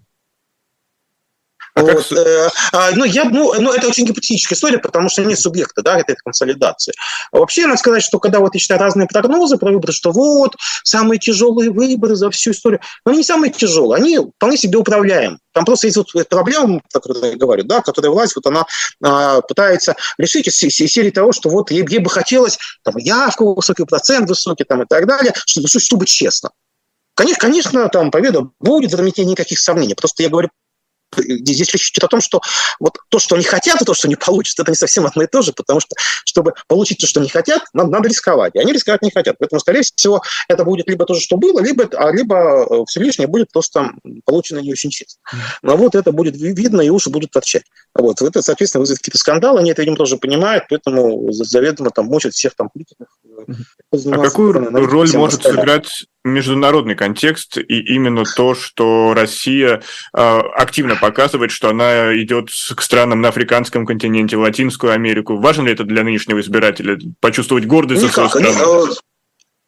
Это очень гипотетическая история, потому что нет субъекта, этой консолидации. Вообще, надо сказать, что когда я читаю разные прогнозы про выборы, что самые тяжелые выборы за всю историю, но они не самые тяжелые, они вполне себе управляемы. Там просто есть проблема, о которой я говорю, которую власть она пытается решить из серии того, что ей бы хотелось явку высокий, процент высокий и так далее, чтобы честно. Конечно, победа будет, в этом нет никаких сомнений. Просто я говорю, здесь речь идет о том, что то, что они хотят, и то, что они получат, это не совсем одно и то же, потому что, чтобы получить то, что они хотят, надо рисковать. И они рисковать не хотят. Поэтому, скорее всего, это будет либо то же, что было, либо все лишнее будет просто получено не очень честно. Но это будет видно, и уши будут торчать. Это, соответственно, вызовет какие-то скандалы, они это, видимо, тоже понимают, поэтому заведомо мочат всех политиков. А какую роль может сыграть международный контекст и именно то, что Россия активно показывает, что она идет к странам на африканском континенте, в Латинскую Америку? Важно ли это для нынешнего избирателя? Почувствовать гордость за свою страну?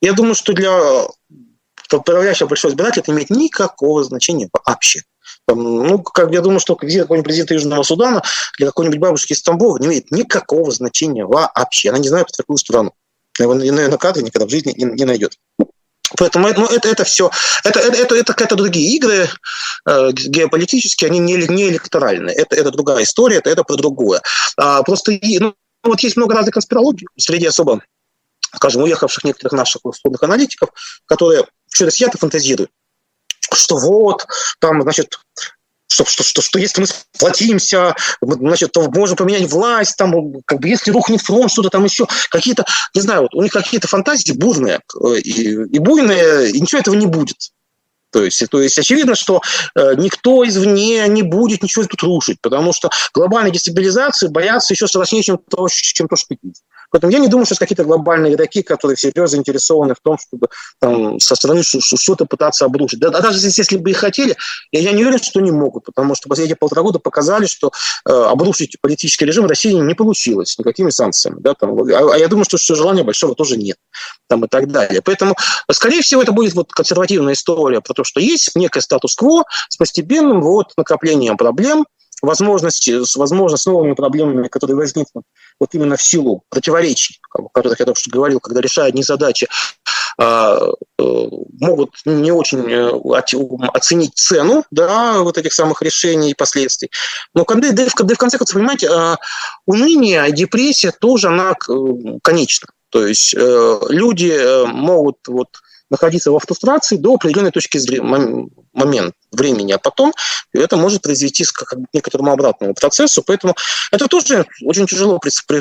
Я думаю, что для подавляющего большого избирателя это имеет никакого значения вообще. Я думаю, что визит какого-нибудь президента Южного Судана для какой-нибудь бабушки из Тамбова не имеет никакого значения вообще. Она не знает про такую страну. На кадре никогда в жизни не найдет. Поэтому это все, это какие-то другие игры геополитические, они не электоральные. Это другая история, это про другое. Просто есть много разных конспирологий среди особо, скажем, уехавших некоторых наших условных аналитиков, которые что-то сидят и фантазируют, что значит, что если мы сплотимся, значит, то можем поменять власть, если рухнет фронт, что-то там еще, какие-то, не знаю, у них какие-то фантазии бурные, и буйные, и ничего этого не будет. То есть очевидно, что никто извне не будет ничего тут рушить, потому что глобальной дестабилизации боятся еще страшнее, чем то, что есть. Поэтому я не думаю, что есть какие-то глобальные игроки, которые всерьез заинтересованы в том, чтобы со стороны что-то пытаться обрушить. Даже если бы и хотели, я не уверен, что не могут, потому что последние 1,5 года показали, что обрушить политический режим в России не получилось никакими санкциями. А я думаю, что желания большого тоже нет. И так далее. Поэтому, скорее всего, это будет консервативная история про то, что есть некое статус-кво с постепенным накоплением проблем, возможно, с новыми проблемами, которые возникнут именно в силу противоречий, о которых я только что говорил, когда решая одни задачи, могут не очень оценить цену этих самых решений и последствий. Но в конце концов, понимаете, уныние, депрессия тоже, она конечна. То есть люди могут находиться во фрустрации до определенной точки времени, а потом это может произвести к некоторому обратному процессу. Поэтому это тоже очень тяжело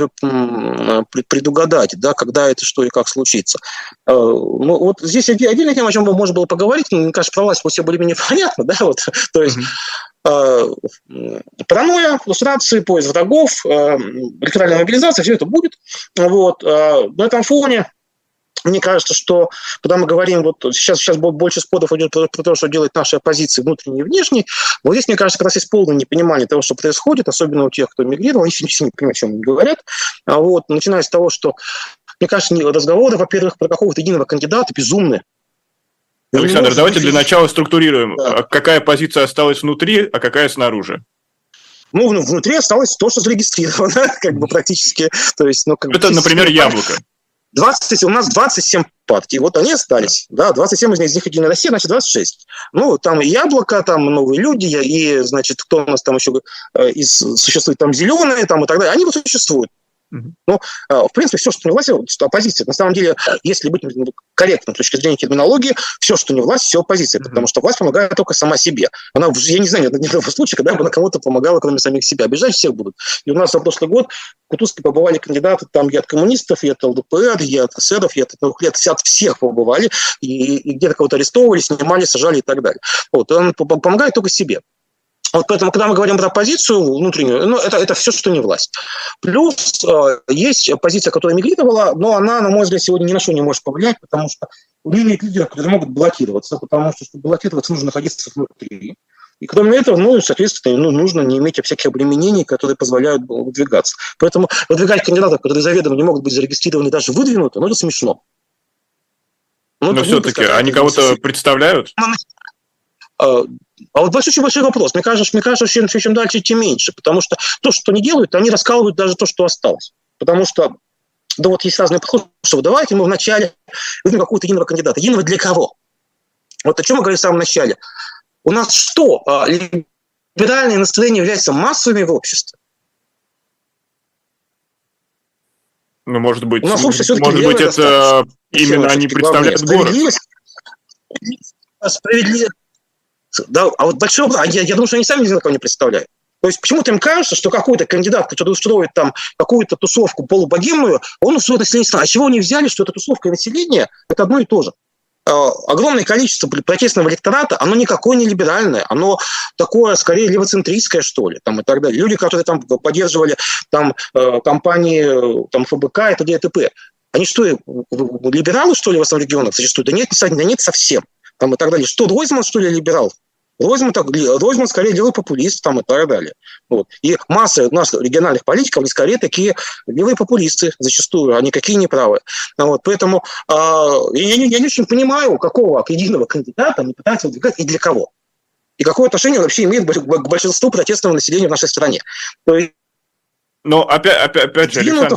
предугадать, когда это что и как случится. Здесь отдельная тема, о чем можно было поговорить, мне кажется, про власть все более-менее понятно, то есть паранойя, фрустрации, поиск врагов, электоральная мобилизация, все это будет. На этом фоне мне кажется, что когда мы говорим, сейчас больше споров идет про то, что делает наша оппозиция внутренней и внешней, здесь, мне кажется, как раз есть полное непонимание того, что происходит, особенно у тех, кто мигрировал, они все не понимают, о чем они говорят. Начиная с того, что, мне кажется, разговоры, во-первых, про какого-то единого кандидата безумные. Александр, давайте для начала структурируем. Да. Какая позиция осталась внутри, а какая снаружи? Внутри осталось то, что зарегистрировано, практически. То есть, это, например, Яблоко. У нас 27 партий, они остались, 27 из них Единая Россия, значит 26. Там и Яблоко, там Новые люди, и, значит, кто у нас там еще существует, там Зеленые, там и так далее, они существуют. В принципе, все, что не власть, оппозиция. На самом деле, если быть корректным с точки зрения терминологии, все, что не власть, все оппозиция, потому что власть помогает только сама себе. Я не знаю ни одного случая, когда бы она кому-то помогала, кроме самих себя. Обижать всех будут. И у нас за прошлый год в Кутузке побывали кандидаты, там и от коммунистов, и от ЛДПР, и от эсеров, и от всех побывали, и где-то кого-то арестовывали, снимали, сажали и так далее. Он помогает только себе. Поэтому, когда мы говорим про оппозицию внутреннюю, это все, что не власть. Плюс есть оппозиция, которая мигрировала, но она, на мой взгляд, сегодня ни на что не может повлиять, потому что у нее нет лидеров, которые могут баллотироваться, потому что, чтобы баллотироваться, нужно находиться внутри. И кроме этого, соответственно, нужно не иметь всяких обременений, которые позволяют выдвигаться. Поэтому выдвигать кандидатов, которые заведомо не могут быть зарегистрированы, даже выдвинуты, это смешно. Но все-таки они кого-то представляют? Очень большой вопрос. Мне кажется, чем дальше, тем меньше. Потому что то, что они делают, они раскалывают даже то, что осталось. Потому что есть разные подходы, что давайте мы вначале выберем какого-то единого кандидата. Единого для кого? О чем мы говорили в самом начале. У нас что? Либеральные настроения являются массовыми в обществе? Может быть, это именно они представляют город. Справедливость. Большой вопрос. Я думаю, что они сами никого не представляют. То есть почему-то им кажется, что какой-то кандидат, который устроит там какую-то тусовку полубогемную, он устроит население страны. А чего они взяли, что эта тусовка и население – это одно и то же? Огромное количество протестного электората, оно никакое не либеральное, оно такое, скорее, левоцентристское, что ли, и так далее. Люди, которые там поддерживали компании ФБК и т.д. и т.п. Они что, либералы, что ли, в основном регионах зачастую? Да нет, совсем. И так далее. Что, Ройзман, что ли, либерал? Ройзман скорее левый популист там, и так далее. Вот. И масса наших региональных политиков, они скорее такие левые популисты зачастую, а никакие не правые. Вот. Поэтому я не очень понимаю, какого единого кандидата они пытаются выдвигать и для кого. И какое отношение он вообще имеет к большинству протестного населения в нашей стране. То есть, но опять же,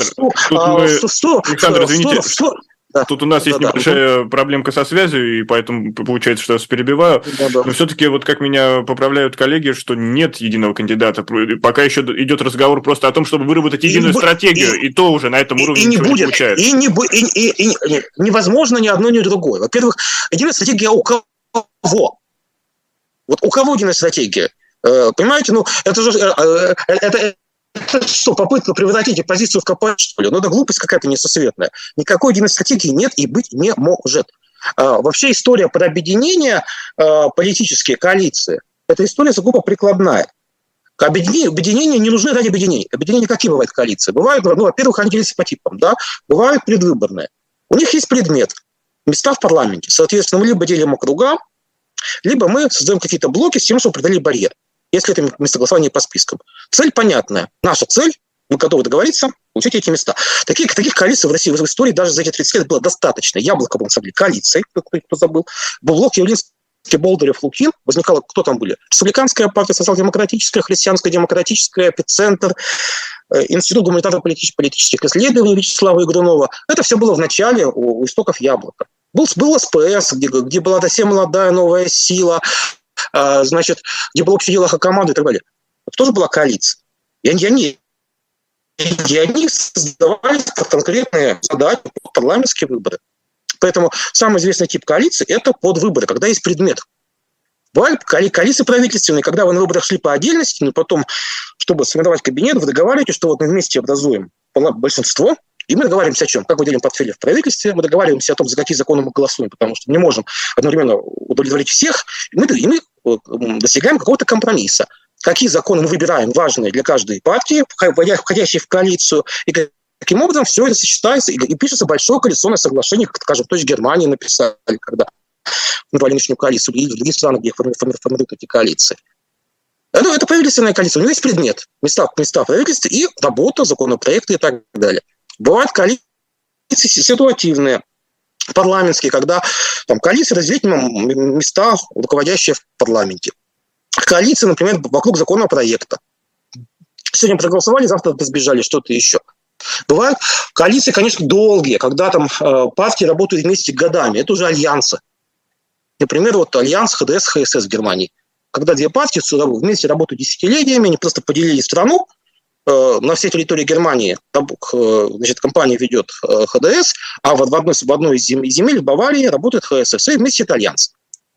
Александр, извините, тут у нас есть небольшая проблемка со связью, и поэтому получается, что я вас перебиваю. Но все-таки, вот как меня поправляют коллеги, что нет единого кандидата. Пока еще идет разговор просто о том, чтобы выработать единую стратегию, и то уже на этом уровне ничего не получается. И невозможно ни одно, ни другое. Во-первых, единая стратегия у кого? Вот у кого единая стратегия? Понимаете, это же... Это что, попытка превратить оппозицию в КП, что ли? Это глупость какая-то несусветная. Никакой единой стратегии нет и быть не может. Вообще история про объединение политические коалиции – это история сугубо прикладная. Объединения не нужны ради объединения. Объединения какие бывают коалиции? Бывают, во-первых, они делятся по типам, да? Бывают предвыборные. У них есть предмет – места в парламенте. Соответственно, мы либо делим округа, либо мы создаем какие-то блоки с тем, чтобы преодолеть барьер. Если это место голосования по спискам. Цель понятная. Наша цель, мы готовы договориться, получить эти места. Таких коалиций в России в истории даже за эти 30 лет было достаточно. Яблоко был, на самом деле, коалицией, кто забыл. Был блок Явлинский, Болдырев, Лукин. Возникало, кто там были? Республиканская партия, социал-демократическая, христианская демократическая, Эпицентр, Институт гуманитарно-политических исследований Вячеслава Игрунова. Это все было в начале у истоков Яблока. Был СПС, где была совсем молодая новая сила, значит, где было общее дело команды и так далее. Это тоже была коалиция. И они создавались как конкретные задачи, парламентские выборы. Поэтому самый известный тип коалиции – это подвыборы, когда есть предмет. Бывали коалиции правительственные, когда вы на выборах шли по отдельности, но потом, чтобы сформировать кабинет, вы договариваетесь, что вот мы вместе образуем большинство, и мы договариваемся о чем? Как мы делим портфели в правительстве, мы договариваемся о том, за какие законы мы голосуем, потому что мы не можем одновременно удовлетворить всех, и мы достигаем какого-то компромисса. Какие законы мы выбираем, важные для каждой партии, входящей в коалицию, и таким образом все это сочетается, и пишется большое коалиционное соглашение, как, скажем, то есть Германии написали, когда формировали нынешнюю коалицию, или в других странах, где формируют эти коалиции. Это правительственная коалиция, у нее есть предмет, места в правительстве и работа, законопроекты и так далее. Бывают коалиции ситуативные, парламентские, когда там коалиции разделить места, руководящие в парламенте. Коалиции, например, вокруг законопроекта. Сегодня проголосовали, завтра сбежали, что-то еще. Бывают коалиции, конечно, долгие, когда там партии работают вместе годами. Это уже альянсы. Например, вот альянс ХДС, ХСС в Германии. Когда две партии вместе работают десятилетиями, они просто поделили страну, на всей территории Германии, значит, компания ведет ХДС, а в одной из земель в Баварии работает ХСС, и вместе это альянс.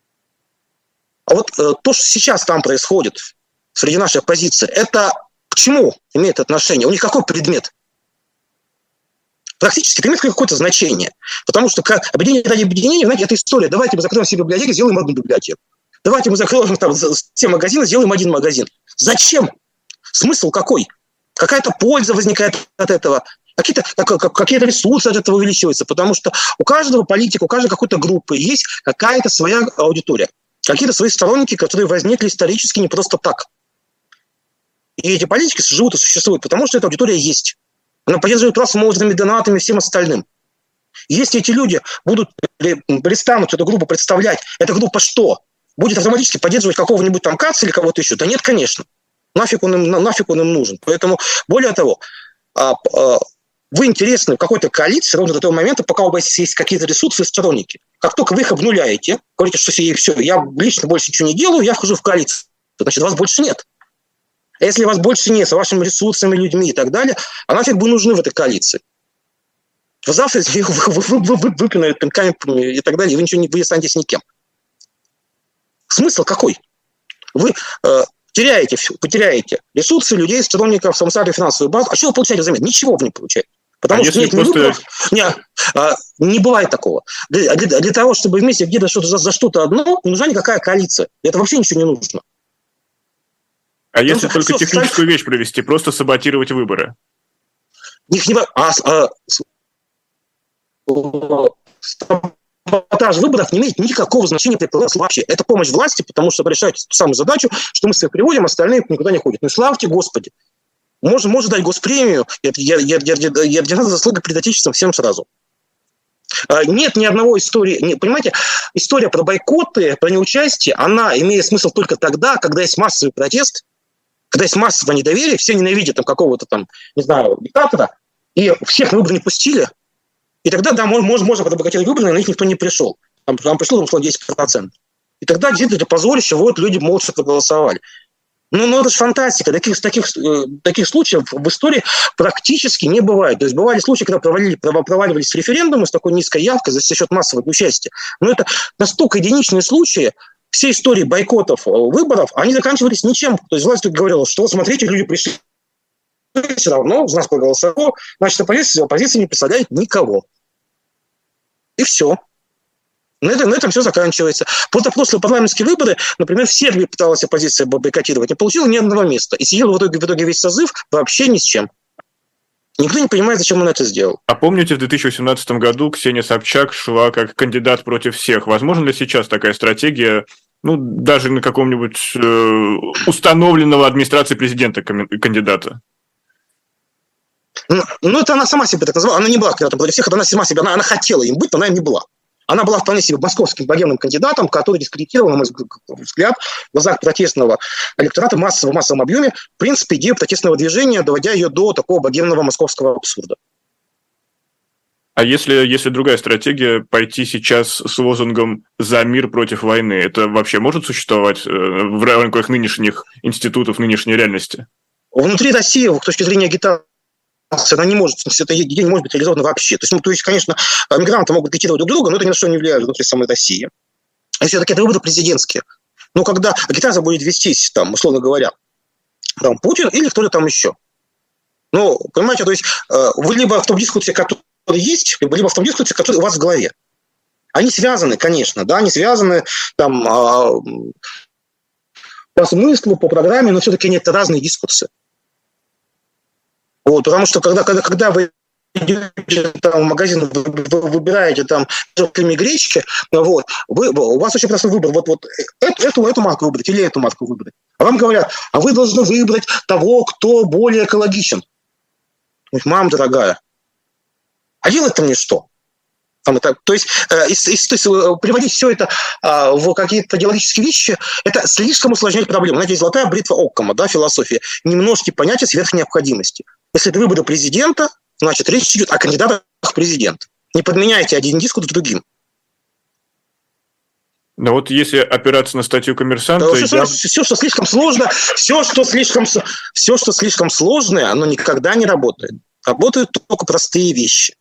А вот то, что сейчас там происходит среди нашей оппозиции, это к чему имеет отношение? У них какой предмет? Практически это имеет какое-то значение. Потому что объединение ради объединения, знаете, это история. Давайте мы закроем все библиотеки, сделаем одну библиотеку. Давайте мы закроем там все магазины, сделаем один магазин. Зачем? Смысл какой? Какая-то польза возникает от этого, какие-то ресурсы от этого увеличиваются, потому что у каждого политика, у каждой какой-то группы есть какая-то своя аудитория, какие-то свои сторонники, которые возникли исторически не просто так. И эти политики живут и существуют, потому что эта аудитория есть. Она поддерживает просмотрами, донатами и всем остальным. И если эти люди перестанут эту группу представлять, эта группа что? Будет автоматически поддерживать какого-нибудь там Каца или кого-то еще? Да нет, конечно. Нафиг он им нужен. Поэтому, более того, вы интересны в какой-то коалиции ровно до того момента, пока у вас есть какие-то ресурсы и сторонники. Как только вы их обнуляете, говорите, что все, я лично больше ничего не делаю, я вхожу в коалицию. Значит, вас больше нет. А если вас больше нет, с вашими ресурсами, людьми и так далее, а нафиг вы нужны в этой коалиции? Завтра вы выпинают пинками и так далее, и вы останетесь никем. Смысл какой? Вы потеряете ресурсы людей, сторонников, самостоятельную финансовую базу. А что вы получаете взамен? Ничего вы не получаете. Потому что нет выборов. Не бывает такого. Для того, чтобы вместе где-то за что-то одно, не нужна никакая коалиция. Это вообще ничего не нужно. А если только техническую вещь провести, просто саботировать выборы? саботаж выборов не имеет никакого значения при проводстве вообще. Это помощь власти, потому что решает ту самую задачу, что мы всех приводим, остальные никуда не ходят. Ну и славьте Господи. Можно дать госпремию и ордена за заслуги перед Отечеством всем сразу. Нет ни одного истории. Понимаете, история про бойкоты, про неучастие, она имеет смысл только тогда, когда есть массовый протест, когда есть массовое недоверие, все ненавидят там какого-то там, не знаю, диктатора, и всех на выборы не пустили. И тогда, да, можно бойкотировать выборы, но на них никто не пришел. Там пришло, 10%. И тогда действительно это позорище, вот люди молча проголосовали. Ну, это же фантастика. Таких случаев в истории практически не бывает. То есть бывали случаи, когда проваливались референдумы с такой низкой явкой за счет массового участия. Но это настолько единичные случаи. Все истории бойкотов выборов, они заканчивались ничем. То есть власть только говорила, что смотрите, люди пришли. Все равно за нас проголосовало, значит, оппозиция не представляет никого. И все. На этом все заканчивается. Прошлые парламентские выборы, например, в Сербии пыталась оппозиция бойкотировать, не получила ни одного места. И сидел в итоге весь созыв вообще ни с чем. Никто не понимает, зачем он это сделал. А помните, в 2018 году Ксения Собчак шла как кандидат против всех. Возможно ли сейчас такая стратегия, даже на каком-нибудь установленного администрацией президента кандидата? Это она сама себе так назвала. Она не была кандидатом против всех, она сама себе, она хотела им быть, но она им не была. Она была вполне себе московским богемным кандидатом, который дискредитировал, на мой взгляд, в глазах протестного электората в массовом объеме, в принципе, идею протестного движения, доводя ее до такого богемного московского абсурда. А если другая стратегия, пойти сейчас с лозунгом «За мир против войны», это вообще может существовать в рамках нынешних институтов, нынешней реальности? Внутри России, с точки зрения агитации, она не может, эта идея не может быть реализована вообще. То есть, конечно, мигранты могут агитировать друг друга, но это ни на что не влияет внутри самой России. И все-таки это выборы президентские. Но когда агитация будет вестись, там, условно говоря, там, Путин или кто-то там еще. Понимаете, то есть вы либо в том дискурсе, который есть, либо в том дискурсе, который у вас в голове. Они связаны, конечно, да, они связаны там, по смыслу, по программе, но все-таки это разные дискурсы. Потому что когда вы идете в магазин, вы выбираете там гречки, у вас очень простой выбор. Эту марку выбрать или эту марку выбрать. А вам говорят, а вы должны выбрать того, кто более экологичен. Мама дорогая, а делать-то мне что? То есть приводить все это в какие-то идеологические вещи, это слишком усложняет проблему. Знаете, золотая бритва Оккама, да, философия. Не множьте понятия сверх необходимости. Если это выборы президента, значит, речь идет о кандидатах в президент. Не подменяйте один дискурс другим. Но вот если опираться на статью «Коммерсанта», все, что слишком сложно, все, что слишком сложное, оно никогда не работает. Работают только простые вещи.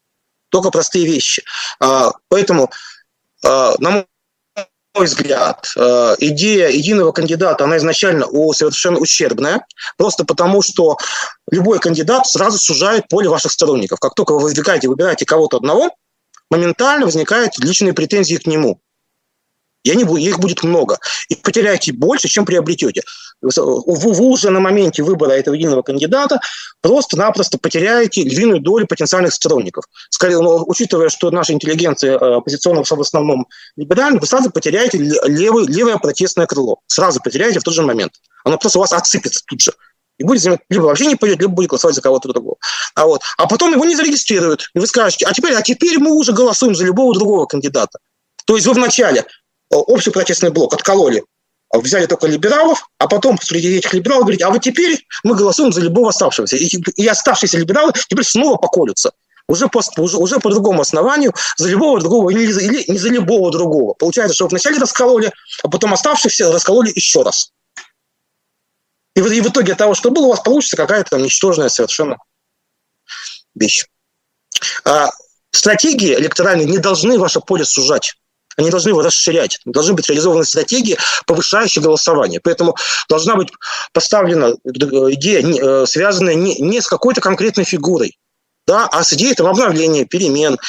Поэтому, на мой взгляд, идея единого кандидата, она изначально совершенно ущербная, просто потому что любой кандидат сразу сужает поле ваших сторонников. Как только вы выбираете кого-то одного, моментально возникают личные претензии к нему. И их будет много. И потеряете больше, чем приобретете. Вы уже на моменте выбора этого единого кандидата просто-напросто потеряете львиную долю потенциальных сторонников. Скорее, учитывая, что наша интеллигенция оппозиционная в основном либеральная, вы сразу потеряете левое протестное крыло. Сразу потеряете в тот же момент. Оно просто у вас отсыпется тут же. И будет либо вообще не пойдет, либо будет голосовать за кого-то другого. А потом его не зарегистрируют. И вы скажете, а теперь мы уже голосуем за любого другого кандидата. То есть вы вначале общий протестный блок откололи, взяли только либералов, а потом среди этих либералов говорите, а вот теперь мы голосуем за любого оставшегося. И оставшиеся либералы теперь снова поколются. Уже по другому основанию за любого другого или не за любого другого. Получается, что вначале раскололи, а потом оставшихся раскололи еще раз. И в итоге от того, что было, у вас получится какая-то там ничтожная совершенно вещь. Стратегии электоральные не должны ваше поле сужать. Они должны его расширять. Должны быть реализованы стратегии, повышающие голосование. Поэтому должна быть поставлена идея, связанная не с какой-то конкретной фигурой, да, а с идеей обновления, перемен.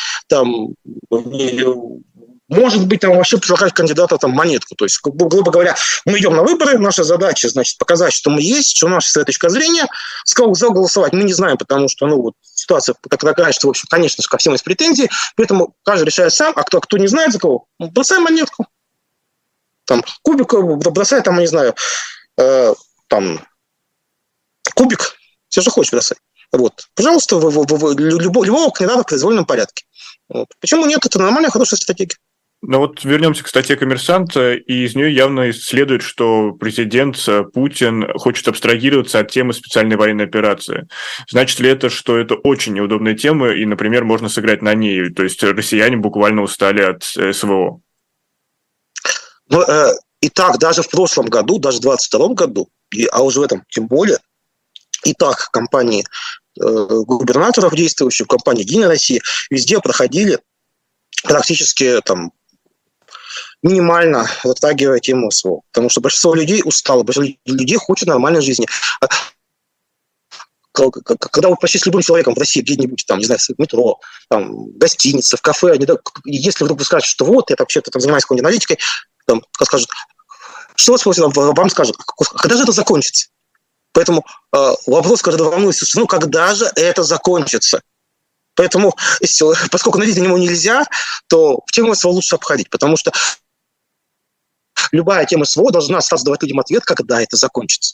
Может быть, вообще предлагать кандидата монетку. То есть, грубо говоря, мы идем на выборы, наша задача, значит, показать, что мы есть, что наша своя точка зрения, за голосовать мы не знаем, потому что, ситуация такая, что, в общем, конечно же, ко всем есть претензии, поэтому каждый решает сам, а кто не знает за кого, бросай монетку. Там, кубик бросай, там, я не знаю, там, кубик, все же хочешь бросать. Вот. Пожалуйста, любого кандидата в произвольном порядке. Вот. Почему нет? Это нормальная, хорошая стратегия. Но вот вернемся к статье «Коммерсанта», и из нее явно следует, что президент Путин хочет абстрагироваться от темы специальной военной операции. Значит ли это, что это очень неудобная тема, и, например, можно сыграть на ней? То есть россияне буквально устали от СВО? Но, и так, даже в прошлом году, даже в 2022 году, а уже в этом тем более, и так компании губернаторов действующих, компании «Единая Россия» везде проходили практически там минимально затрагивая тему СВО. Потому что большинство людей устало, большинство людей хочет нормальной жизни. Когда вы почти с любым человеком в России где-нибудь, там, не знаю, в метро, там, в гостинице, в кафе, если вдруг вы скажете, что вот, я вообще-то там занимаюсь какой-нибудь аналитикой, там, скажут, что вам скажут, когда же это закончится? Поэтому вопрос, когда волнуется, ну, когда же это закончится? Поэтому, поскольку на видео нельзя, то в тему СВО лучше обходить, потому что любая тема СВО должна сразу давать людям ответ, когда это закончится.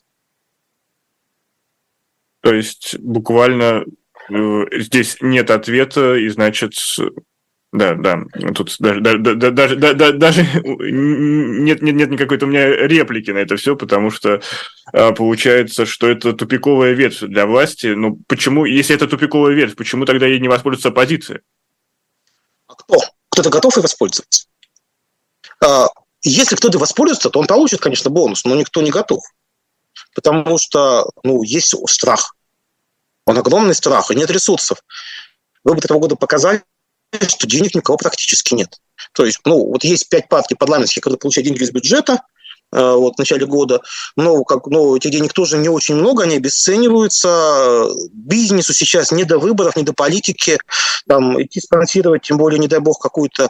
То есть буквально здесь нет ответа, и значит, да, тут даже нет никакой у меня реплики на это все, потому что получается, что это тупиковая ветвь для власти. Но почему, если это тупиковая ветвь, почему тогда ей не воспользуется оппозиция? А кто-то готов и воспользоваться. Если кто-то воспользуется, то он получит, конечно, бонус, но никто не готов. Потому что, есть страх. Он огромный страх, и нет ресурсов. Выборы этого года показали, что денег никого практически нет. То есть, вот есть 5 партий парламентских, которые получают деньги из бюджета в начале года, но этих денег тоже не очень много, они обесцениваются. Бизнесу сейчас не до выборов, не до политики. Там, идти спонсировать, тем более, не дай бог, какую-то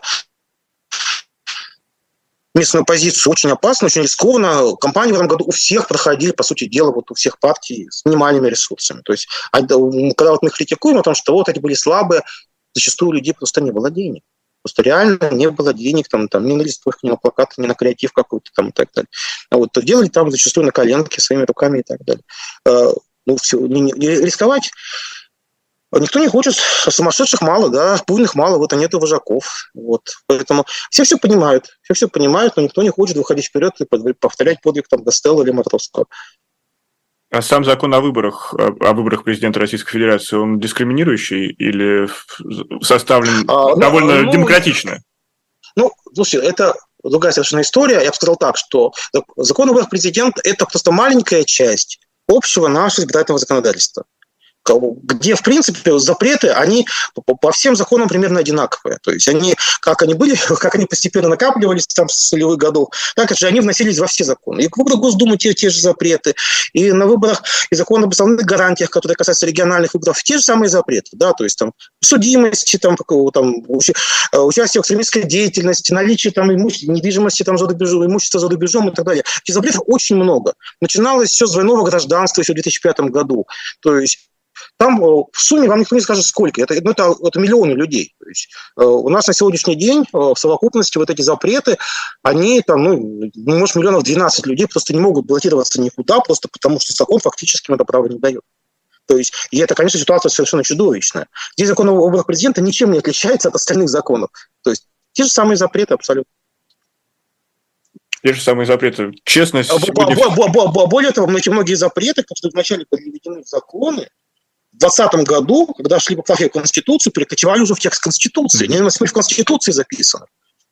местную позицию очень опасно, очень рискованно. Кампании в этом году у всех проходили, по сути дела, у всех партий с минимальными ресурсами. То есть, когда мы их критикуем о том, что эти были слабые, зачастую у людей просто не было денег. Просто реально не было денег там, ни на листовку, ни на плакаты, ни на креатив какой-то там и так далее. То делали там зачастую на коленке, своими руками и так далее. Не рисковать никто не хочет, сумасшедших мало, да, буйных мало, а нету вожаков. Поэтому все понимают, но никто не хочет выходить вперед и повторять подвиг Гастелло или Матросского. А сам закон о выборах президента Российской Федерации, он дискриминирующий или составлен довольно демократично? Слушай, это другая совершенно история. Я бы сказал так, что закон о выборах президента – это просто маленькая часть общего нашего избирательного законодательства, где, в принципе, запреты, они по всем законам примерно одинаковые. То есть как они постепенно накапливались там с нулевых годов, так же они вносились во все законы. И к выбору Госдумы те же запреты, и на выборах, и закон об основных гарантиях, которые касаются региональных выборов, те же самые запреты. Да? То есть там судимости, участие в экстремистской деятельности, наличие недвижимости за рубежом, имущества за рубежом и так далее. Этих запретов очень много. Начиналось все с двойного гражданства еще в 2005 году. То есть там в сумме вам никто не скажет, сколько. Это миллионы людей. То есть, у нас на сегодняшний день в совокупности эти запреты, они может, 12 миллионов людей просто не могут баллотироваться никуда, просто потому что закон фактически им это право не дает. То есть, и это, конечно, ситуация совершенно чудовищная. Здесь закон о выборах президента ничем не отличается от остальных законов. То есть, те же самые запреты абсолютно. Те же самые запреты. Честность... Более того, многие запреты, которые вначале были введены в законы, в 2020 году, когда шли поправки в Конституцию, перекочевали уже в текст Конституции. Они в Конституции записаны.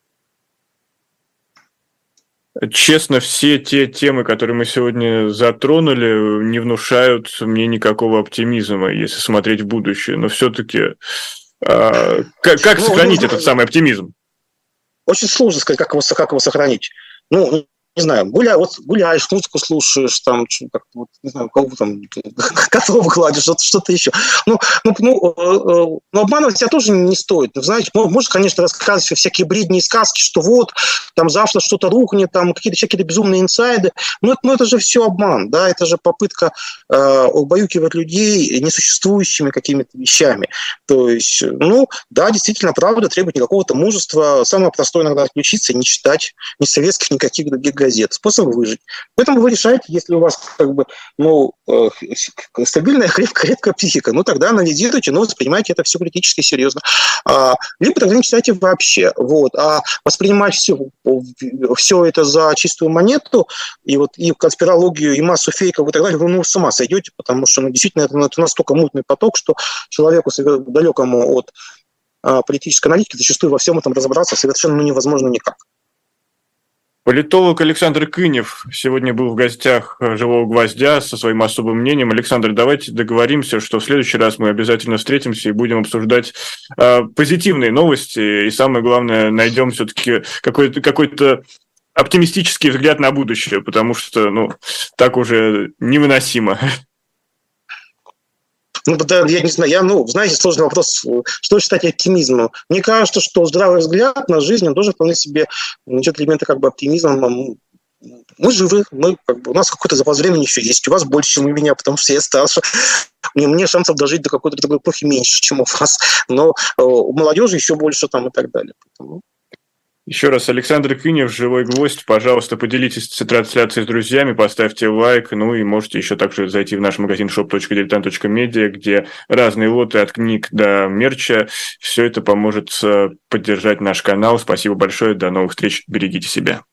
Честно, все те темы, которые мы сегодня затронули, не внушают мне никакого оптимизма, если смотреть в будущее. Но все-таки как сохранить этот самый оптимизм? Очень сложно сказать, как его сохранить. не знаю, гуляешь, музыку слушаешь, там, как-то, не знаю, кого там, котов гладишь, что-то еще. Но обманывать себя тоже не стоит. Знаете, можно, конечно, рассказывать всякие бредни и сказки, что вот, там завтра что-то рухнет, там какие-то безумные инсайды, но это же все обман, да, это же попытка убаюкивать людей несуществующими какими-то вещами. То есть, да, действительно, правда требует не какого-то мужества. Самое простое иногда отключиться, не читать ни советских, никаких других газет. Способ выжить. Поэтому вы решаете, если у вас стабильная, крепкая психика, тогда анализируйте, воспринимайте это все критически серьезно. Либо тогда не читайте вообще. Вот. А воспринимать все это за чистую монету, и конспирологию, и массу фейков и так далее, вы с ума сойдете, потому что действительно это настолько мутный поток, что человеку далекому от политической аналитики зачастую во всем этом разобраться совершенно невозможно никак. Политолог Александр Кынев сегодня был в гостях «Живого гвоздя» со своим особым мнением. Александр, давайте договоримся, что в следующий раз мы обязательно встретимся и будем обсуждать позитивные новости. И самое главное, найдем все-таки какой-то оптимистический взгляд на будущее, потому что так уже невыносимо. Я не знаю, знаете, сложный вопрос, что считать оптимизмом. Мне кажется, что здравый взгляд на жизнь, он тоже вполне себе несет элементы оптимизма. Мы живы, у нас какой-то запас времени еще есть, у вас больше, чем у меня, потому что я старше. Мне шансов дожить до какой-то другой эпохи меньше, чем у вас. Но у молодежи еще больше и так далее. Поэтому... Еще раз, Александр Кынев, «Живой гвоздь». Пожалуйста, поделитесь трансляцией с друзьями, поставьте лайк, и можете еще также зайти в наш магазин shop.diletant.media, где разные лоты от книг до мерча. Все это поможет поддержать наш канал. Спасибо большое, до новых встреч, берегите себя.